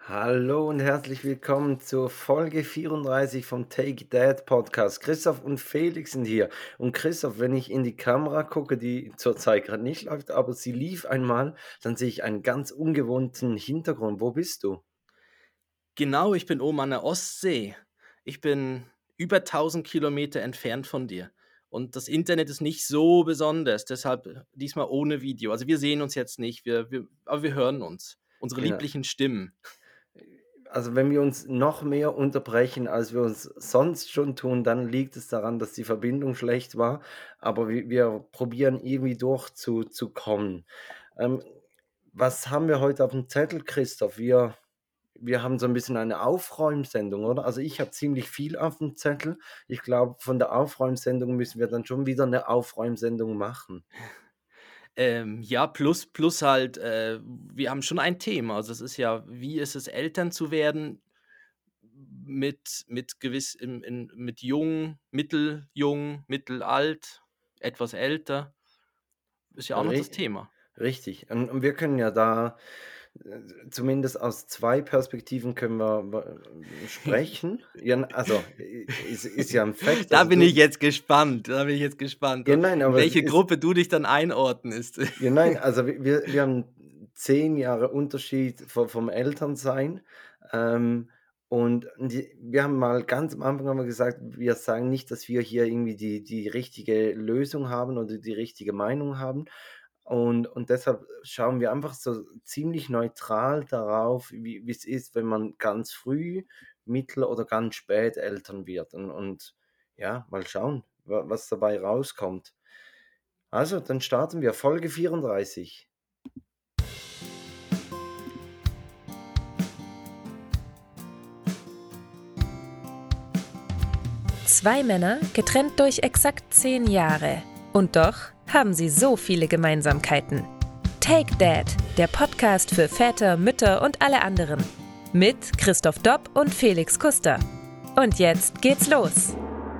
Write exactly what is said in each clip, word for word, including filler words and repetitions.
Hallo und herzlich willkommen zur Folge vierunddreißig vom Take That Podcast. Christoph und Felix sind hier. Und Christoph, wenn ich in die Kamera gucke, die zurzeit gerade nicht läuft, aber sie lief einmal, dann sehe ich einen ganz ungewohnten Hintergrund. Wo bist du? Genau, ich bin oben an der Ostsee. Ich bin über tausend Kilometer entfernt von dir. Und das Internet ist nicht so besonders, deshalb äh, diesmal ohne Video. Also wir sehen uns jetzt nicht, wir, wir, aber wir hören uns. Unsere Genau. lieblichen Stimmen. Also wenn wir uns noch mehr unterbrechen, als wir uns sonst schon tun, dann liegt es daran, dass die Verbindung schlecht war. Aber wir, wir probieren irgendwie durchzukommen. Ähm, was haben wir heute auf dem Zettel, Christoph? Wir Wir haben so ein bisschen eine Aufräumsendung, oder? Also, ich habe ziemlich viel auf dem Zettel. Ich glaube, von der Aufräumsendung müssen wir dann schon wieder eine Aufräumsendung machen. Ähm, ja, plus, plus halt, äh, wir haben schon ein Thema. Also es ist ja, wie ist es, Eltern zu werden mit, mit gewiss, in, in, mit jung, mitteljung, mittelalt, etwas älter. Ist ja auch noch das Ri Thema. Richtig. Und und wir können ja da, äh, zumindest aus zwei Perspektiven können wir w sprechen. Ja, n also, i ist ist ja 'n Fakt. Da Also, bin ich du jetzt gespannt. Da bin ich jetzt gespannt, ja, äh, nein, in aber es welche ist Gruppe du dich dann einordnest. ja, nein, also, wir wir wir haben zehn Jahre Unterschied vo vom Elternsein. Ähm, und die wir haben mal ganz am Anfang haben wir gesagt, wir sagen nicht, dass wir hier irgendwie die die richtige Lösung haben oder die richtige Meinung haben. Und und deshalb schauen wir einfach so ziemlich neutral darauf, wie wie es ist, wenn man ganz früh, mittel oder ganz spät Eltern wird. Und und ja, mal schauen, wa was dabei rauskommt. Also, dann starten wir. Folge vierunddreißig. Zwei Männer, getrennt durch exakt zehn Jahre. Und doch haben sie so viele Gemeinsamkeiten. Take Dad, der Podcast für Väter, Mütter und alle anderen. Mit Christoph Dopp und Felix Kuster. Und jetzt geht's los.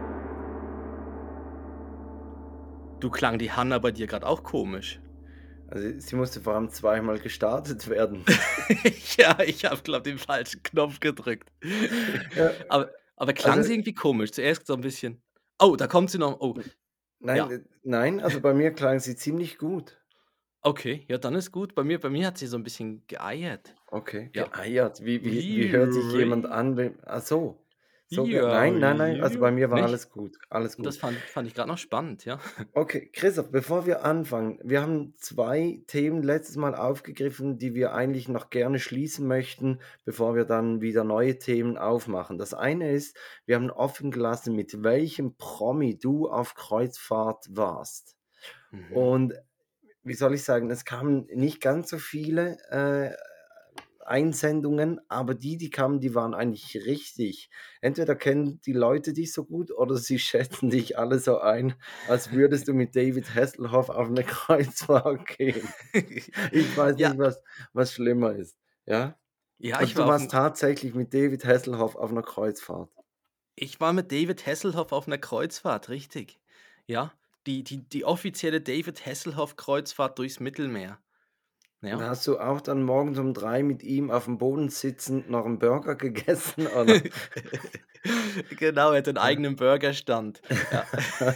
Du, klang die Hanna bei dir gerade auch komisch? Also, sie musste vor allem zweimal gestartet werden. Ja, ich habe, glaube den falschen Knopf gedrückt. Ja, Aber aber klang also, sie irgendwie komisch? Zuerst so ein bisschen: „Oh, da kommt sie noch. Oh, nein, ja, äh, nein, also, bei mir klang sie ziemlich gut. okay, ja, dann ist gut.“ Bei mir bei mir hat sie so ein bisschen geeiert. Okay, Ja. geeiert. Wie wie wie hört sich jemand Wie an, wenn ach so, so ge Ja, nein, nein, nein, also, bei mir war nicht? alles gut, alles Und das gut. fand fand ich gerade noch spannend, ja. Okay, Christoph, bevor wir anfangen, wir haben zwei Themen letztes Mal aufgegriffen, die wir eigentlich noch gerne schließen möchten, bevor wir dann wieder neue Themen aufmachen. Das eine ist, wir haben offen gelassen, mit welchem Promi du auf Kreuzfahrt warst. Mhm. Und wie soll ich sagen, es kamen nicht ganz so viele, äh, Einsendungen, aber die, die kamen, die waren eigentlich richtig. Entweder kennen die Leute dich so gut oder sie schätzen dich alle so ein, als würdest du mit David Hasselhoff auf 'ne Kreuzfahrt gehen. Ich weiß Ja, nicht, was was schlimmer ist, ja? ja, Also, ich du war auf warst 'm tatsächlich mit David Hasselhoff auf 'ner Kreuzfahrt. ich war mit David Hasselhoff auf 'ner Kreuzfahrt, richtig. Ja, die die die offizielle David Hasselhoff-Kreuzfahrt durchs Mittelmeer. Und Ja. hast du auch dann morgens um drei mit ihm aufm Boden sitzend noch 'n Burger gegessen, oder? Genau, er hat 'n Ja. eigenen Burgerstand. Ja.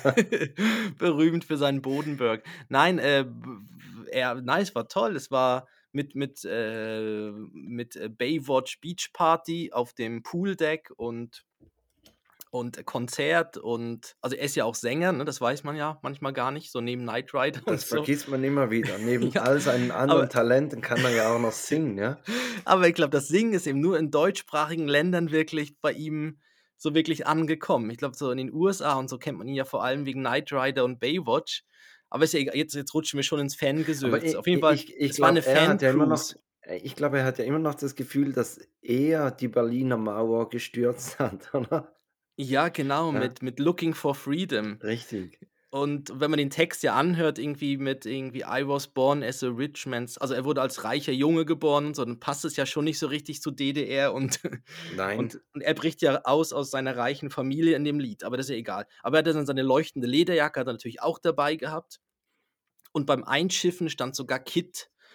Berühmt für seinen Bodenburg. Nein, äh, b w er nein, es war toll. Es war mit mit, äh mit, äh, Baywatch Beach Party auf dem Pooldeck und und Konzert und also, er ist ja auch Sänger, ne, das weiß man ja manchmal gar nicht, so neben Knight Rider und Das so. vergisst man immer wieder. Neben Ja, all seinen anderen aber Talenten kann er ja auch noch singen, ja? aber ich glaube, das Singen ist eben nur in deutschsprachigen Ländern wirklich bei ihm so wirklich angekommen. Ich glaube, so in den U S A und so kennt man ihn ja vor allem wegen Knight Rider und Baywatch. Aber ist ja egal, jetzt jetzt rutschen wir schon ins Aber Fangesülz. i Auf jeden i Fall, ich ich es war 'ne glaube, er hat ja immer noch Fancruise. äh, ich glaube, er hat ja immer noch das Gefühl, dass er die Berliner Mauer gestürzt hat, oder? Ja, genau, Ja, mit mit „Looking for Freedom“. richtig. Und wenn man den Text ja anhört, irgendwie mit irgendwie „I was born as a rich man's“, also, er wurde als reicher Junge geboren und so, dann passt es ja schon nicht so richtig zu D D R und Nein, und und er bricht ja aus aus seiner reichen Familie in dem Lied, aber das ist ja egal. Aber er hatte dann seine leuchtende Lederjacke hat er natürlich auch dabei gehabt und beim Einschiffen stand sogar „Kid“.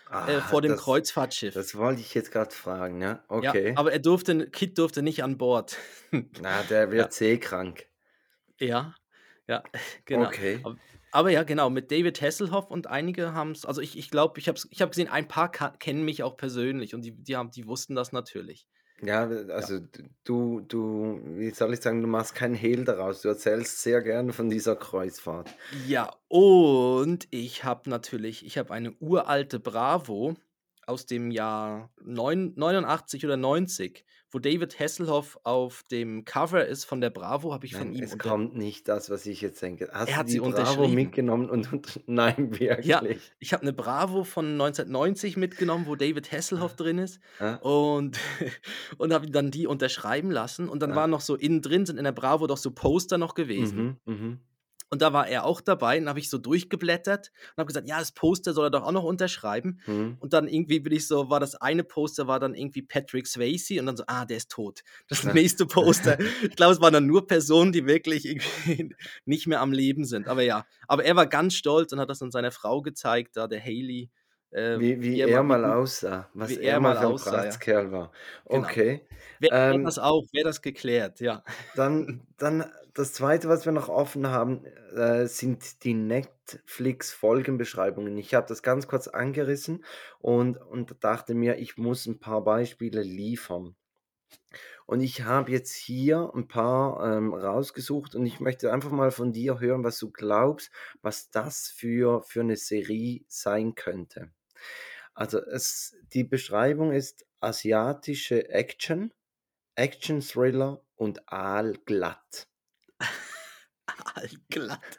äh, Ah, vor dem das Kreuzfahrtschiff. das wollte ich jetzt gerade fragen, ja, Ja, okay. aber er durfte Kit durfte nicht an Bord. Na, der Ja, wird seekrank. ja, ja, genau. Okay. Ab aber ja, genau, mit David Hasselhoff und einige haben's also, ich ich glaube, ich habe ich habe gesehen, ein paar ka kennen mich auch persönlich und die die haben die wussten das natürlich. Ja, w Ja. also d du du wie soll ich sagen, du machst keinen Hehl daraus. Du erzählst sehr gerne von dieser Kreuzfahrt. Ja, und ich habe natürlich ich habe eine uralte Bravo aus dem Jahr neun neunundachtzig oder neunzig, wo David Hasselhoff auf dem Cover ist von der Bravo, habe ich von Nein, ihm es unter kommt nicht das, was ich jetzt denke. er Hast du hat die sie Bravo unterschrieben. mitgenommen und und nein, Ja, wirklich? ich habe 'ne Bravo von neunzehnhundertneunzig mitgenommen, wo David Hasselhoff Ah, drin ist ah, und und habe ihm dann die unterschreiben lassen und dann ah, waren noch so innen drin sind in der Bravo doch so Poster noch gewesen. mhm, mhm. Und da war er auch dabei und habe ich so durchgeblättert und habe gesagt: „Ja, das Poster soll er doch auch noch unterschreiben.“ Mhm. Und dann irgendwie bin ich so war das eine Poster war dann irgendwie Patrick Swayze und dann so: „Ah, der ist tot.“ Das Ah. nächste Poster ich glaube, es waren dann nur Personen, die wirklich irgendwie nicht mehr am Leben sind. Aber ja, aber er war ganz stolz und hat das dann seiner Frau gezeigt, da der Hailey, äh, Wie wie wie er er mal wie mal gut aussah, was wie er er mal mal für 'n aussah, ja, Bratskerl war. genau. Okay. Wäre wäre Ähm, das auch wäre das geklärt, ja. dann dann das Zweite, was wir noch offen haben, äh, sind die Netflix-Folgenbeschreibungen. Ich habe das ganz kurz angerissen und und dachte mir, ich muss 'n paar Beispiele liefern. Und ich habe jetzt hier ein paar, ähm, rausgesucht und ich möchte einfach mal von dir hören, was du glaubst, was das für für eine Serie sein könnte. Also, es die Beschreibung ist asiatische Action, Action-Thriller und aalglatt. Allglatt.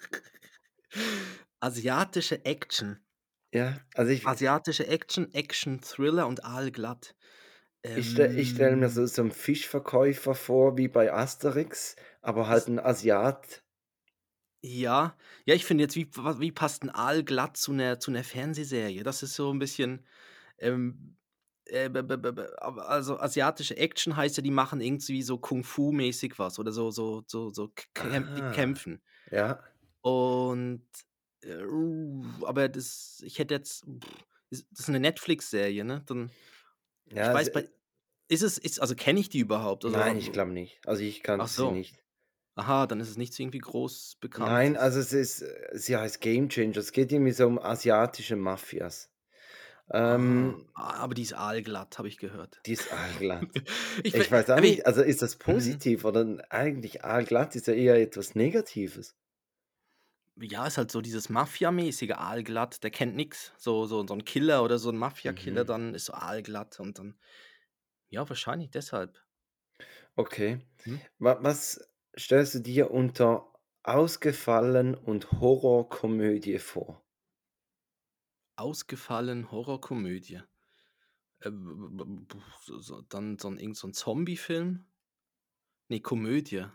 Asiatische Action. Ja, also ich Asiatische Action, Action-Thriller und aalglatt. ich stelle ich stelle mir so Ähm, so 'n Fischverkäufer vor wie bei Asterix, aber halt ist ein Asiat. ja. Ja, ich finde jetzt, wie wa wie passt 'n Aalglatt zu 'ner zu 'ner Fernsehserie? Das ist so 'n bisschen, ähm, äh, b b b b aber also, asiatische Action heißt ja, die machen irgendwie so Kung-Fu-mäßig was oder so so so so k kämp die Ah, kämpfen. ja. Und, äh, aber das ich hätte jetzt ist das ist 'ne Netflix-Serie, ne? Dann ich Ja, es weiß bei ist es ist also, kenne ich die überhaupt? nein, Also, ich glaube nicht. Also, ich ach kannte sie so. nicht. Aha, dann ist es nichts irgendwie groß Nein, Bekanntes. also es ist äh, sie heißt Game Changer. Es geht irgendwie so um asiatische Mafias. Ah, Ähm, a aber die ist aalglatt, habe ich gehört. die ist aalglatt. Ich will Ich weiß auch aber ich nicht, also ist das mhm. positiv oder n eigentlich aalglatt ist ja eher etwas Negatives. Ja, ist halt so dieses Mafiamäßige, aalglatt, der kennt nix. So so so 'n Killer oder so 'n Mafiakiller, Mhm. dann ist so aalglatt und dann ja, wahrscheinlich deshalb. Okay. Mhm. Wa was stellst du dir unter ausgefallen und Horrorkomödie vor? Ausgefallen, Horrorkomödie. Äh, b b b so so dann so 'n irgend so 'n Zombiefilm? Ne, Komödie.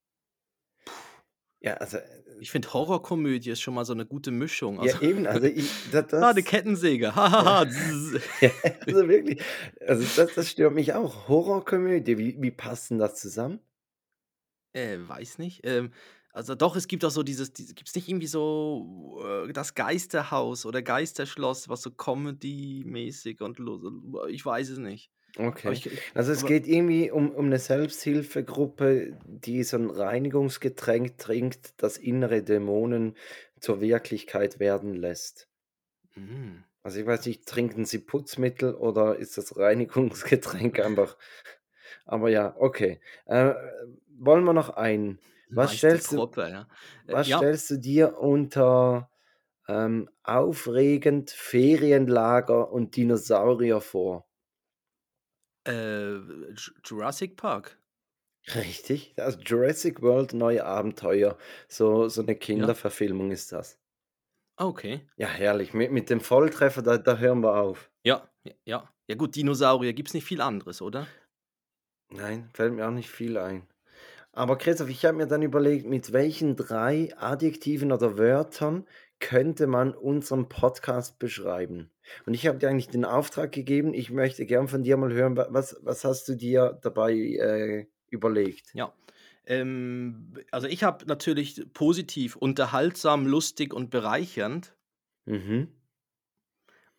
Ja, also, äh, Ich finde, Horrorkomödie ist schon mal so 'ne gute Mischung. ja Also, eben, also i da ah, 'ne das Kettensäge. Ha ha ja, ha. Zzz. ja, also wirklich. Also das das stört mich auch. Horrorkomödie, wie wie passt denn das zusammen? Äh, weiß nicht. Ähm, also doch, es gibt auch so dieses diese gibt's nicht irgendwie so, äh, das Geisterhaus oder Geisterschloss, was so Comedy-mäßig und lo so ich weiß es nicht. Aber Okay. ich ich Also, es aber geht irgendwie um um 'ne Selbsthilfegruppe, die so 'n Reinigungsgetränk trinkt, das innere Dämonen zur Wirklichkeit werden lässt. mhm. Also, ich weiß nicht, trinken sie Putzmittel oder ist das Reinigungsgetränk einfach aber ja, okay. Äh, wollen wir noch einen? Was Meister stellst du Propper, ja. Äh, was ja, stellst du dir unter, ähm, aufregend, Ferienlager und Dinosaurier vor? äh, Ju Jurassic Park. Richtig, also Jurassic World: Neue Abenteuer. So so 'ne Ja, Kinderverfilmung ist das. ah, okay. Ja, herrlich. Mit mit dem Volltreffer, da da hören wir auf. Ja, j ja. Ja gut, Dinosaurier gibt's nicht viel anderes, oder? Nein, fällt mir auch nicht viel ein. Aber Christoph, ich habe mir dann überlegt, mit welchen drei Adjektiven oder Wörtern könnte man unseren Podcast beschreiben? Und ich habe dir eigentlich den Auftrag gegeben, ich möchte gern von dir mal hören, wa was was hast du dir dabei, äh, überlegt? Ja. Ähm, b also ich habe natürlich positiv unterhaltsam, lustig und bereichernd. Mhm.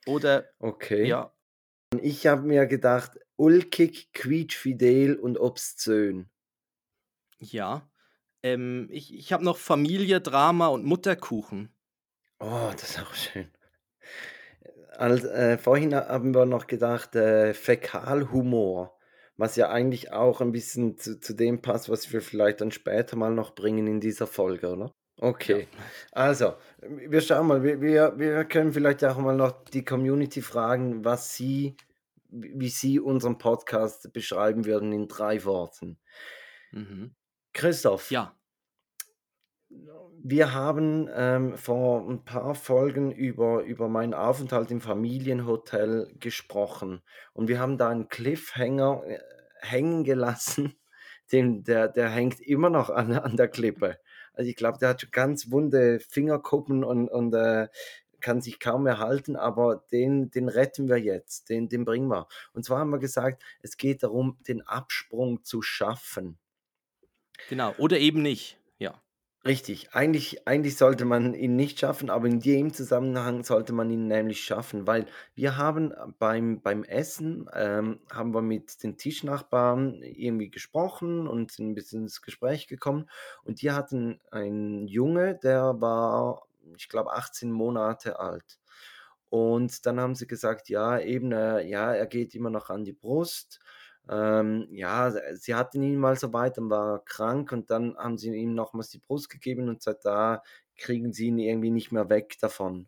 Oder Okay. ja, Ich habe mir gedacht, ulkig, quietschfidel und obszön. ja. Ähm, ich ich habe noch Familie, Drama und Mutterkuchen. Oh, das ist auch schön. Als äh, vorhin ha haben wir noch gedacht, äh, Fäkalhumor, was ja eigentlich auch ein bisschen zu zu dem passt, was wir vielleicht dann später mal noch bringen in dieser Folge, oder? Ja. Okay, also, wir schauen mal, wir wir wir können vielleicht auch mal noch die Community fragen, was sie wie wie sie unseren Podcast beschreiben würden in drei Worten. Mhm. Christoph, Ja. wir haben, ähm, vor ein paar Folgen über über meinen Aufenthalt im Familienhotel gesprochen und wir haben da einen Cliffhanger, äh, hängen gelassen, den der der hängt immer noch an an der Klippe. Also, ich glaube, der hat schon ganz wunde Fingerkuppen und und, äh, kann sich kaum mehr halten, aber den den retten wir jetzt, den den bringen wir. Und zwar haben wir gesagt, es geht darum, den Absprung zu schaffen. Genau, oder eben nicht. Ja. Richtig, eigentlich eigentlich sollte man ihn nicht schaffen, aber in dem Zusammenhang sollte man ihn nämlich schaffen, weil wir haben, äh, beim beim Essen, ähm, haben wir mit den Tischnachbarn irgendwie gesprochen und sind 'n bisschen ins Gespräch gekommen und die hatten einen Junge, der war, ich glaube, achtzehn Monate alt. Und dann haben sie gesagt: „Ja, eben, äh, ja, er geht immer noch an die Brust.“ Ähm, ja, äh, sie hatten ihn mal so weit, dann war er krank und dann haben sie ihm nochmals die Brust gegeben und seit da kriegen sie ihn irgendwie nicht mehr weg davon.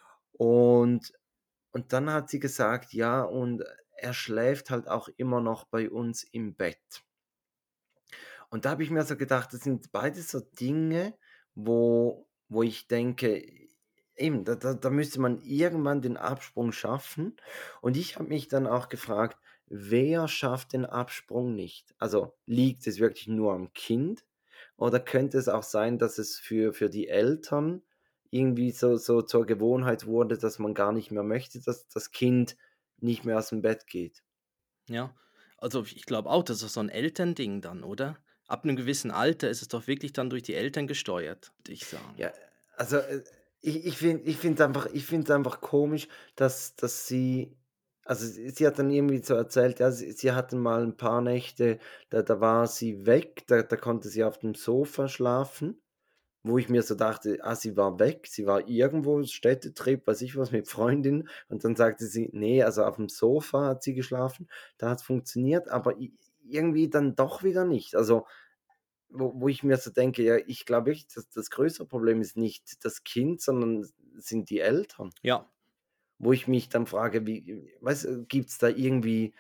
Und und dann hat sie gesagt: „Ja, und er schläft halt auch immer noch bei uns im Bett.“ Und da habe ich mir so gedacht, das sind beides so Dinge, wo wo ich denke, eben, da da da müsste man irgendwann den Absprung schaffen. Und ich habe mich dann auch gefragt: „Wer schafft den Absprung nicht?“ Also, liegt es wirklich nur am Kind oder könnte es auch sein, dass es für für die Eltern irgendwie so so zur Gewohnheit wurde, dass man gar nicht mehr möchte, dass das Kind nicht mehr aus dem Bett geht? Ja. Also, ich glaube auch, das ist so ein Elternding dann, oder? Ab einem gewissen Alter ist es doch wirklich dann durch die Eltern gesteuert, würde ich sagen. Ja, also, äh, ich ich finde ich finde es einfach ich finde es einfach komisch, dass dass sie also, sie sie hat dann irgendwie so erzählt, ja, sie sie hatten mal ein paar Nächte, da da war sie weg, da da konnte sie auf dem Sofa schlafen, wo ich mir so dachte: „Ah, sie war weg, sie war irgendwo, Städtetrip, weiß ich was, mit Freundin.“ Und dann sagte sie: „Ne, also, auf dem Sofa hat sie geschlafen, da hat's funktioniert, aber i irgendwie dann doch wieder nicht.“ Also, wo wo ich mir so denke, ja, ich glaube wirklich, dass das größere Problem ist nicht das Kind, sondern sind die Eltern. Ja, Wo ich mich dann frage, wie weißt du, gibt's da irgendwie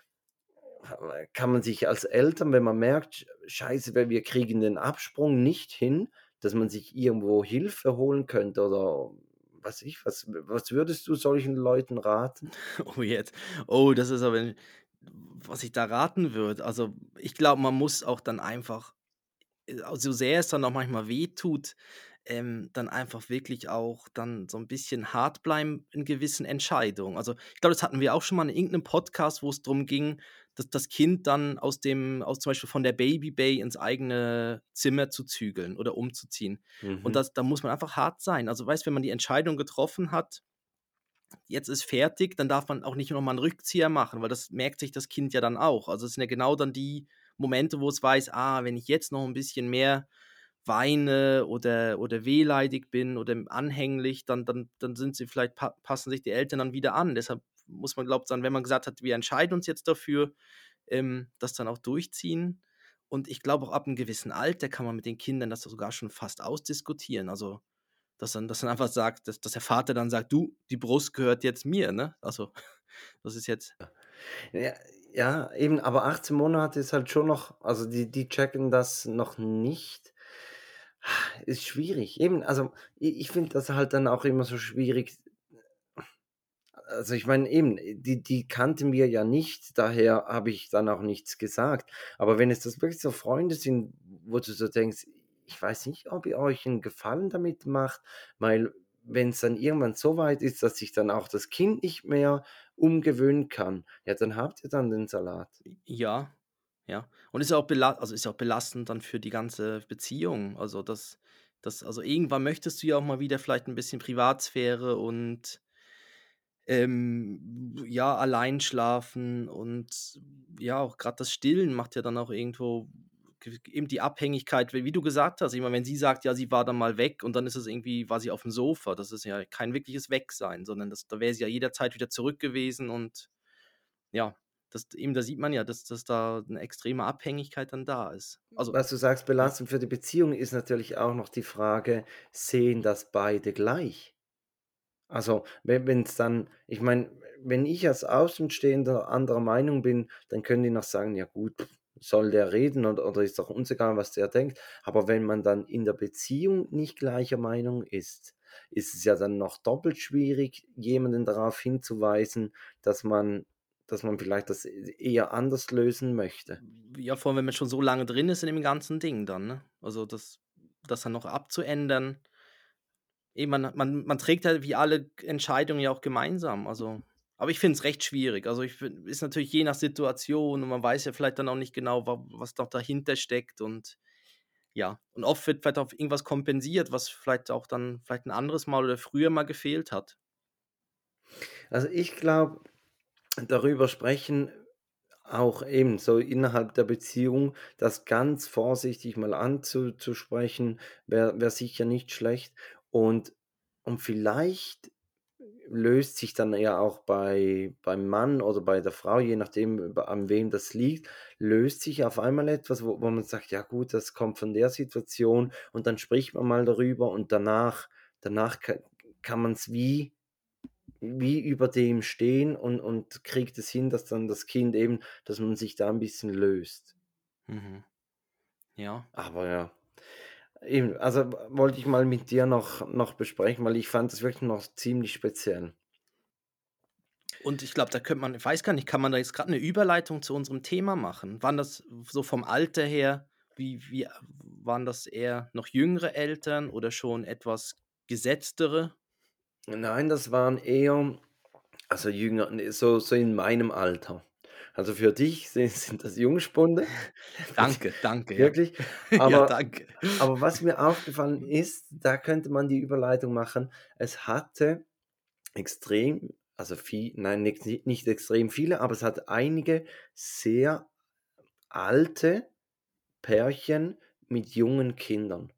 kann man sich als Eltern, wenn man merkt: „Scheiße, wir wir kriegen den Absprung nicht hin“, dass man sich irgendwo Hilfe holen könnte oder weiß ich was. Was würdest du solchen Leuten raten? oh jetzt. Oh, das ist aber 'n was ich da raten würde. Also, ich glaube, man muss auch dann einfach, äh, so sehr es dann auch manchmal wehtut, ähm, dann einfach wirklich auch dann so ein bisschen hart bleiben in gewissen Entscheidungen. Also, ich glaube, das hatten wir auch schon mal in irgendeinem Podcast, wo es drum ging, dass das Kind dann aus dem aus zum Beispiel von der Baby Bay ins eigene Zimmer zu zügeln oder umzuziehen. Und Mhm, das da muss man einfach hart sein. Also, weißt, wenn man die Entscheidung getroffen hat, jetzt ist fertig, dann darf man auch nicht noch mal 'n Rückzieher machen, weil das merkt sich das Kind ja dann auch. Also, es sind ja genau dann die Momente, wo es weiß: „Ah, wenn ich jetzt noch ein bisschen mehr weine oder oder wehleidig bin oder anhänglich, dann dann dann sind sie vielleicht pa passen sich die Eltern dann wieder an.“ Deshalb muss man, glaube ich, dann, wenn man gesagt hat: „Wir entscheiden uns jetzt dafür“, ähm, das dann auch durchziehen. Und ich glaube, auch ab einem gewissen Alter kann man mit den Kindern das sogar schon fast ausdiskutieren. Also, dass dann dass dann einfach sagt, dass dass der Vater dann sagt: „Du, die Brust gehört jetzt mir“, ne? Also, das ist jetzt ja, ja, eben, aber achtzehn Monate ist halt schon noch also, die die checken das noch nicht. Ist schwierig. Eben, also, i ich finde das halt dann auch immer so schwierig. Also, ich meine eben, die die kannten wir ja nicht, daher habe ich dann auch nichts gesagt. Aber wenn es das wirklich so Freunde sind, wo du so denkst: „Ich weiß nicht, ob ihr euch 'n Gefallen damit macht“, weil wenn's dann irgendwann so weit ist, dass sich dann auch das Kind nicht mehr umgewöhnen kann, ja, dann habt ihr dann den Salat. ja, ja. Und ist ja auch bela also, ist ja auch belastend dann für die ganze Beziehung. Also, das das also, irgendwann möchtest du ja auch mal wieder vielleicht ein bisschen Privatsphäre und ähm, ja, allein schlafen und ja, auch gerade das Stillen macht ja dann auch irgendwo g eben die Abhängigkeit, wie wie du gesagt hast. Ich meine, wenn sie sagt, ja, sie war dann mal weg und dann ist es irgendwie war sie auf dem Sofa, das ist ja kein wirkliches Wegsein, sondern das da wäre sie ja jederzeit wieder zurück gewesen und ja, das eben da sieht man ja, dass dass da eine extreme Abhängigkeit dann da ist. Also Was du sagst, ja. belastend für die Beziehung ist natürlich auch noch die Frage, sehen das beide gleich? Also, wenn es dann ich meine, wenn ich als Außenstehender anderer Meinung bin, dann können die noch sagen: „Ja gut, pff, soll der reden oder oder ist doch uns egal, was der denkt.“ Aber wenn man dann in der Beziehung nicht gleicher Meinung ist, ist es ja dann noch doppelt schwierig, jemanden darauf hinzuweisen, dass man dass man vielleicht das e eher anders lösen möchte. Ja, vor allem, wenn man schon so lange drin ist in dem ganzen Ding dann, ne? Also, das das dann noch abzuändern. Eben, man man man trägt ja wie alle Entscheidungen ja auch gemeinsam, also aber ich finde es recht schwierig. Also, ich finde ist natürlich je nach Situation und man weiß ja vielleicht dann auch nicht genau, wa was noch dahinter steckt und ja. Und oft wird vielleicht auch irgendwas kompensiert, was vielleicht auch dann vielleicht ein anderes Mal oder früher mal gefehlt hat. Also, ich glaube, darüber sprechen, auch eben so innerhalb der Beziehung, das ganz vorsichtig mal anzusprechen, wäre wäre sicher nicht schlecht. Und und vielleicht löst sich dann ja auch bei beim Mann oder bei der Frau, je nachdem, b an wem das liegt, löst sich auf einmal etwas, wo wo man sagt: „Ja gut, das kommt von der Situation“, und dann spricht man mal darüber und danach danach ka kann man's wie wie über dem stehen und und kriegt es hin, dass dann das Kind eben dass man sich da ein bisschen löst. Mhm. Ja. Aber ja, eben, also, w wollte ich mal mit dir noch noch besprechen, weil ich fand das wirklich noch ziemlich speziell. Und ich glaube, da könnte man ich weiß gar nicht, kann man da jetzt gerade eine Überleitung zu unserem Thema machen? Waren das so vom Alter her, wie wie waren das eher noch jüngere Eltern oder schon etwas gesetztere? Nein, das waren eher also, jünger, ne, so so in meinem Alter. Also, für dich si sind das Jungspunde, Danke, danke, ja. wirklich. Ja, Aber danke. aber was mir aufgefallen ist, da könnte man die Überleitung machen, es hatte extrem also, viel nein, nicht nicht extrem viele, aber es hat einige sehr alte Pärchen mit jungen Kindern.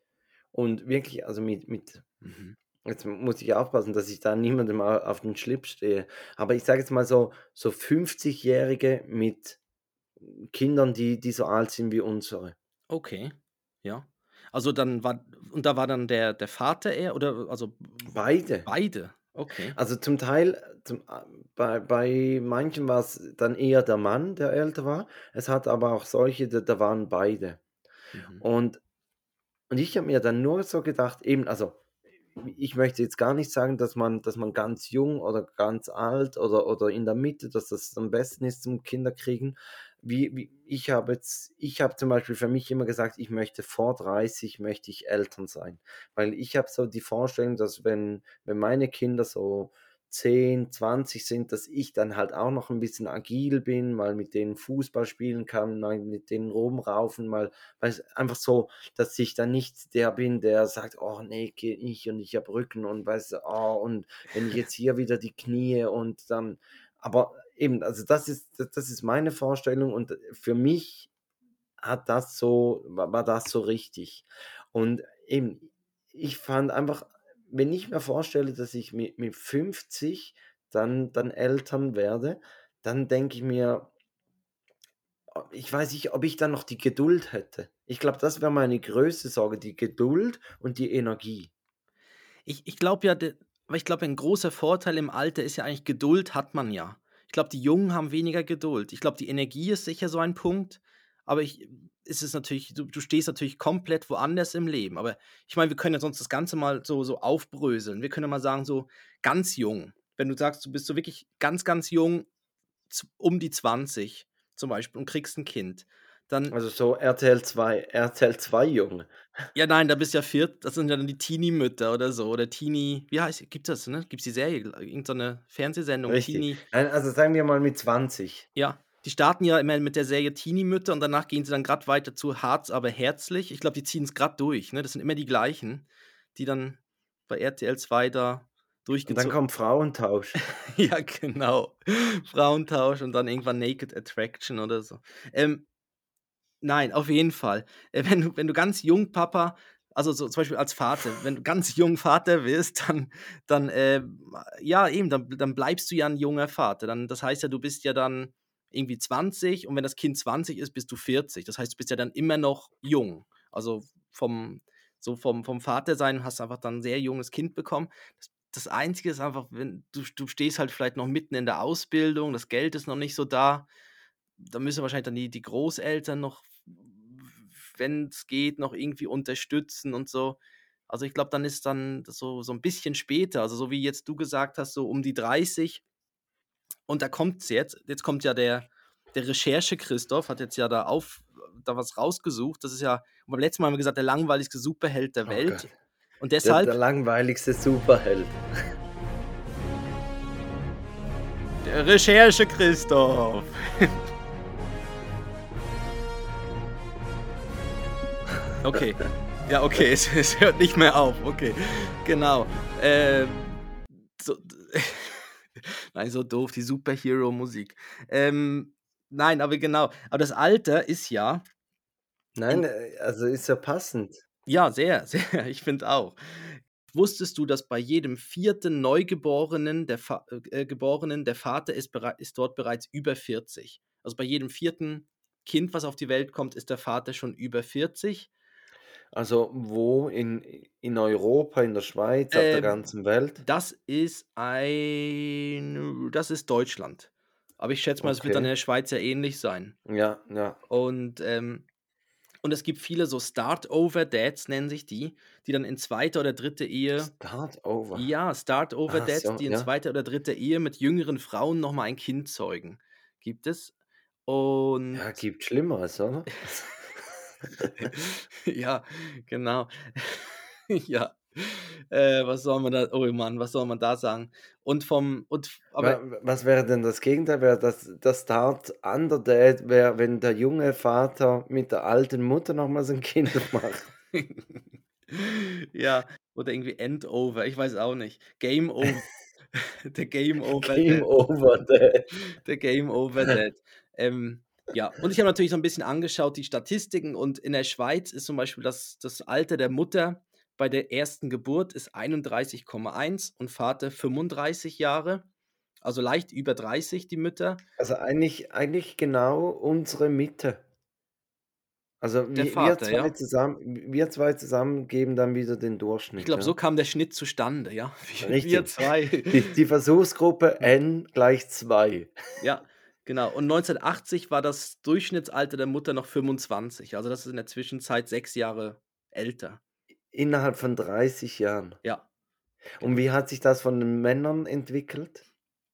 Und wirklich, also, mit mit Mhm. jetzt muss ich aufpassen, dass ich da niemandem au auf den Schlips stehe. Aber ich sage jetzt mal so so fünfzig-Jährige mit Kindern, die die so alt sind wie unsere. Okay, ja. Also, dann war und da war dann der der Vater eher oder also Beide. beide? Okay. Also, zum Teil zum a bei bei manchen war's dann eher der Mann, der älter war. Es hat aber auch solche, da da waren beide. Mhm. Und und ich habe mir dann nur so gedacht eben, also, ich möchte jetzt gar nicht sagen, dass man dass man ganz jung oder ganz alt oder oder in der Mitte, dass das am besten ist zum Kinderkriegen. Wie wie ich habe jetzt ich habe zum Beispiel für mich immer gesagt, ich möchte vor dreißig möchte ich Eltern sein. Weil ich habe so die Vorstellung, dass wenn wenn meine Kinder so zehn zwanzig sind, dass ich dann halt auch noch ein bisschen agil bin, mal mit denen Fußball spielen kann, mal mit denen rumraufen, mal weißt einfach so, dass ich dann nicht der bin, der sagt: „Oh nee, geht nicht und ich habe Rücken und weißt du, oh, und wenn ich jetzt hier wieder die Knie und dann“ aber eben, also das ist das das ist meine Vorstellung und für mich hat das so war war das so richtig. Und eben, ich fand einfach, wenn ich mir vorstelle, dass ich mit mit fünfzig dann dann Eltern werde, dann denke ich mir, oh, ich weiß nicht, ob ich dann noch die Geduld hätte. Ich glaube, das wäre meine größte Sorge, die Geduld und die Energie. Ich ich glaube ja, de aber ich glaube, ein großer Vorteil im Alter ist ja eigentlich Geduld hat man ja. Ich glaube, die Jungen haben weniger Geduld. Ich glaube, die Energie ist sicher so ein Punkt, aber ich es ist natürlich du du stehst natürlich komplett woanders im Leben. Aber ich meine, wir können ja sonst das Ganze mal so so aufbröseln. Wir können ja mal sagen, so ganz jung. Wenn du sagst, du bist so wirklich ganz, ganz jung, z um die zwanzig zum Beispiel und kriegst ein Kind, dann Also so R T L zwei R T L zwei jung. ja, nein, da bist du ja viert das sind ja dann die Teenie-Mütter oder so oder Teenie wie heißt gibt das, ne? Gibt's die Serie, irgend so 'ne Fernsehsendung, Richtig. Teenie Nein, also sagen wir mal mit zwanzig. ja, die starten ja immer mit der Serie Teenie-Mütter und danach gehen sie dann grad weiter zu Harz, aber herzlich. Ich glaube, die ziehen's grad durch, ne? Das sind immer die gleichen, die dann bei R T L zwei da Und dann durchgezogen. kommt Frauentausch. Ja, genau. Frauentausch und dann irgendwann Naked Attraction oder so. Ähm, nein, auf jeden Fall. Äh, wenn du wenn du ganz jung Papa also so zum Beispiel als Vater, wenn du ganz jung Vater wirst, dann dann, ähm, ja eben, dann dann bleibst du ja 'n junger Vater. Dann das heißt ja, du bist ja dann irgendwie zwanzig und wenn das Kind zwanzig ist, bist du vierzig. Das heißt, du bist ja dann immer noch jung. Also vom so vom vom Vatersein hast du einfach dann 'n sehr junges Kind bekommen. Das das Einzige ist einfach, wenn du du stehst halt vielleicht noch mitten in der Ausbildung, das Geld ist noch nicht so da. Da müssen wahrscheinlich dann die die Großeltern noch, wenn es geht, noch irgendwie unterstützen und so. Also, ich glaube, dann ist dann das so so ein bisschen später, also, so wie jetzt du gesagt hast, so um die dreißig und da kommt's jetzt. Jetzt kommt ja der der Recherche-Christoph hat jetzt ja da auf da was rausgesucht. Das ist ja beim letzten Mal haben wir gesagt, der langweiligste Superheld der Oh Gott, Welt und der der deshalb langweiligste Superheld. der Recherche-Christoph. Okay. Ja, okay, es es hört nicht mehr auf. Okay, genau. Ähm, so nein, so doof, die Superhero-Musik. Ähm, nein, aber genau. Aber das Alter ist ja Nein, in äh, also ist ja passend. ja, sehr, sehr, ich finde auch. Wusstest du, dass bei jedem vierten Neugeborenen der Va äh, äh, Geborenen der Vater ist berei ist dort bereits über vierzig? Also, bei jedem vierten Kind, was auf die Welt kommt, ist der Vater schon über vierzig. Also wo in in Europa, in der Schweiz, auf der Äh, ganzen Welt? Das ist ein das ist Deutschland. Aber ich schätze mal, es wird dann in Okay. der Schweiz ja ähnlich sein. Ja, ja. Und, ähm und es gibt viele so Start-over-Dads nennen sich die, die dann in zweiter oder dritter Ehe Start over. ja, Ach Start-over-Dads, so, die in ja. zweiter oder dritter Ehe mit jüngeren Frauen noch mal ein Kind zeugen. Gibt es. Und Ja, gibt Schlimmeres, oder? ja, genau. Ja. Äh, was soll man da oh Mann, was soll man da sagen? Und vom und f aber Wa was wäre denn das Gegenteil? Wäre das das Start under Dad wäre, wenn der junge Vater mit der alten Mutter noch mal so 'n Kind macht. ja, oder irgendwie End Over, ich weiß auch nicht. Game Over, der Game Over Game Dad. over Dad. Der Game Over Dad. Ähm, ja, und ich habe natürlich so 'n bisschen angeschaut die Statistiken und in der Schweiz ist zum Beispiel das das Alter der Mutter bei der ersten Geburt ist einunddreißig Komma eins und Vater fünfunddreißig Jahre, also leicht über dreißig die Mütter. Also eigentlich eigentlich genau unsere Mitte. Also Der wir wir Vater, zwei ja? zusammen wir zwei zusammen geben dann wieder den Ich Durchschnitt, glaube, so ja? kam der Schnitt zustande, ja? Wir wir Richtig. zwei. Die die Versuchsgruppe N gleich zwei. Ja, genau. Und neunzehnhundertachtzig war das Durchschnittsalter der Mutter noch fünfundzwanzig. Also, das ist in der Zwischenzeit sechs Jahre älter. Innerhalb von dreißig Jahren. Ja, Und genau. wie hat sich das von den Männern entwickelt?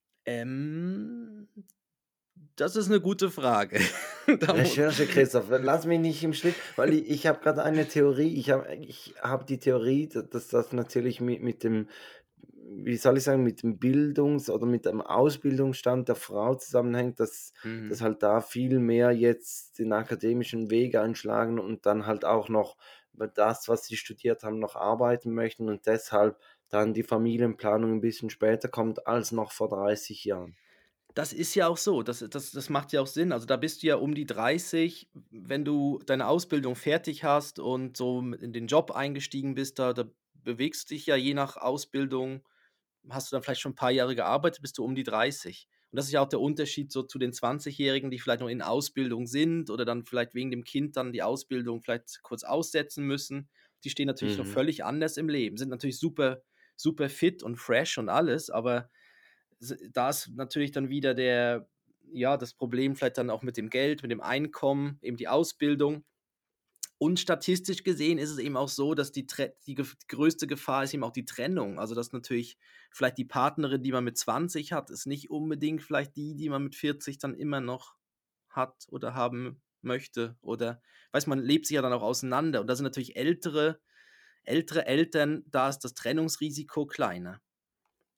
Ähm, das ist 'ne gute Frage. Da mu Recherche, Christoph, lass mich nicht im Stich, weil i ich habe grad eine Theorie. Ich habe ich habe die Theorie, d dass das natürlich mit mit dem wie soll ich sagen, mit dem Bildungs oder mit dem Ausbildungsstand der Frau zusammenhängt, dass dass Mhm. halt da viel mehr jetzt den akademischen Weg einschlagen und dann halt auch noch über das, was sie studiert haben, noch arbeiten möchten und deshalb dann die Familienplanung 'n bisschen später kommt als noch vor dreißig Jahren. Das ist ja auch so. Das das das macht ja auch Sinn. Also, da bist du ja um die dreißig, wenn du deine Ausbildung fertig hast und so m in den Job eingestiegen bist, da da bewegst du dich ja je nach Ausbildung hast du dann vielleicht schon 'n paar Jahre gearbeitet, bist du um die dreißig. Und das ist ja auch der Unterschied so zu den Zwanzigjährigen, die vielleicht noch in Ausbildung sind oder dann vielleicht wegen dem Kind dann die Ausbildung vielleicht kurz aussetzen müssen. Die stehen natürlich noch Mhm. völlig anders im Leben, sind natürlich super super fit und fresh und alles, aber s da ist natürlich dann wieder der ja, das Problem vielleicht dann auch mit dem Geld, mit dem Einkommen, eben die Ausbildung. Und statistisch gesehen ist es eben auch so, dass die Tre die gef größte Gefahr ist eben auch die Trennung. Also, dass natürlich vielleicht die Partnerin, die man mit zwanzig hat, ist nicht unbedingt vielleicht die, die man mit vierzig dann immer noch hat oder haben möchte oder weiß man lebt sich ja dann auch auseinander und da sind natürlich ältere ältere Eltern da ist das Trennungsrisiko kleiner.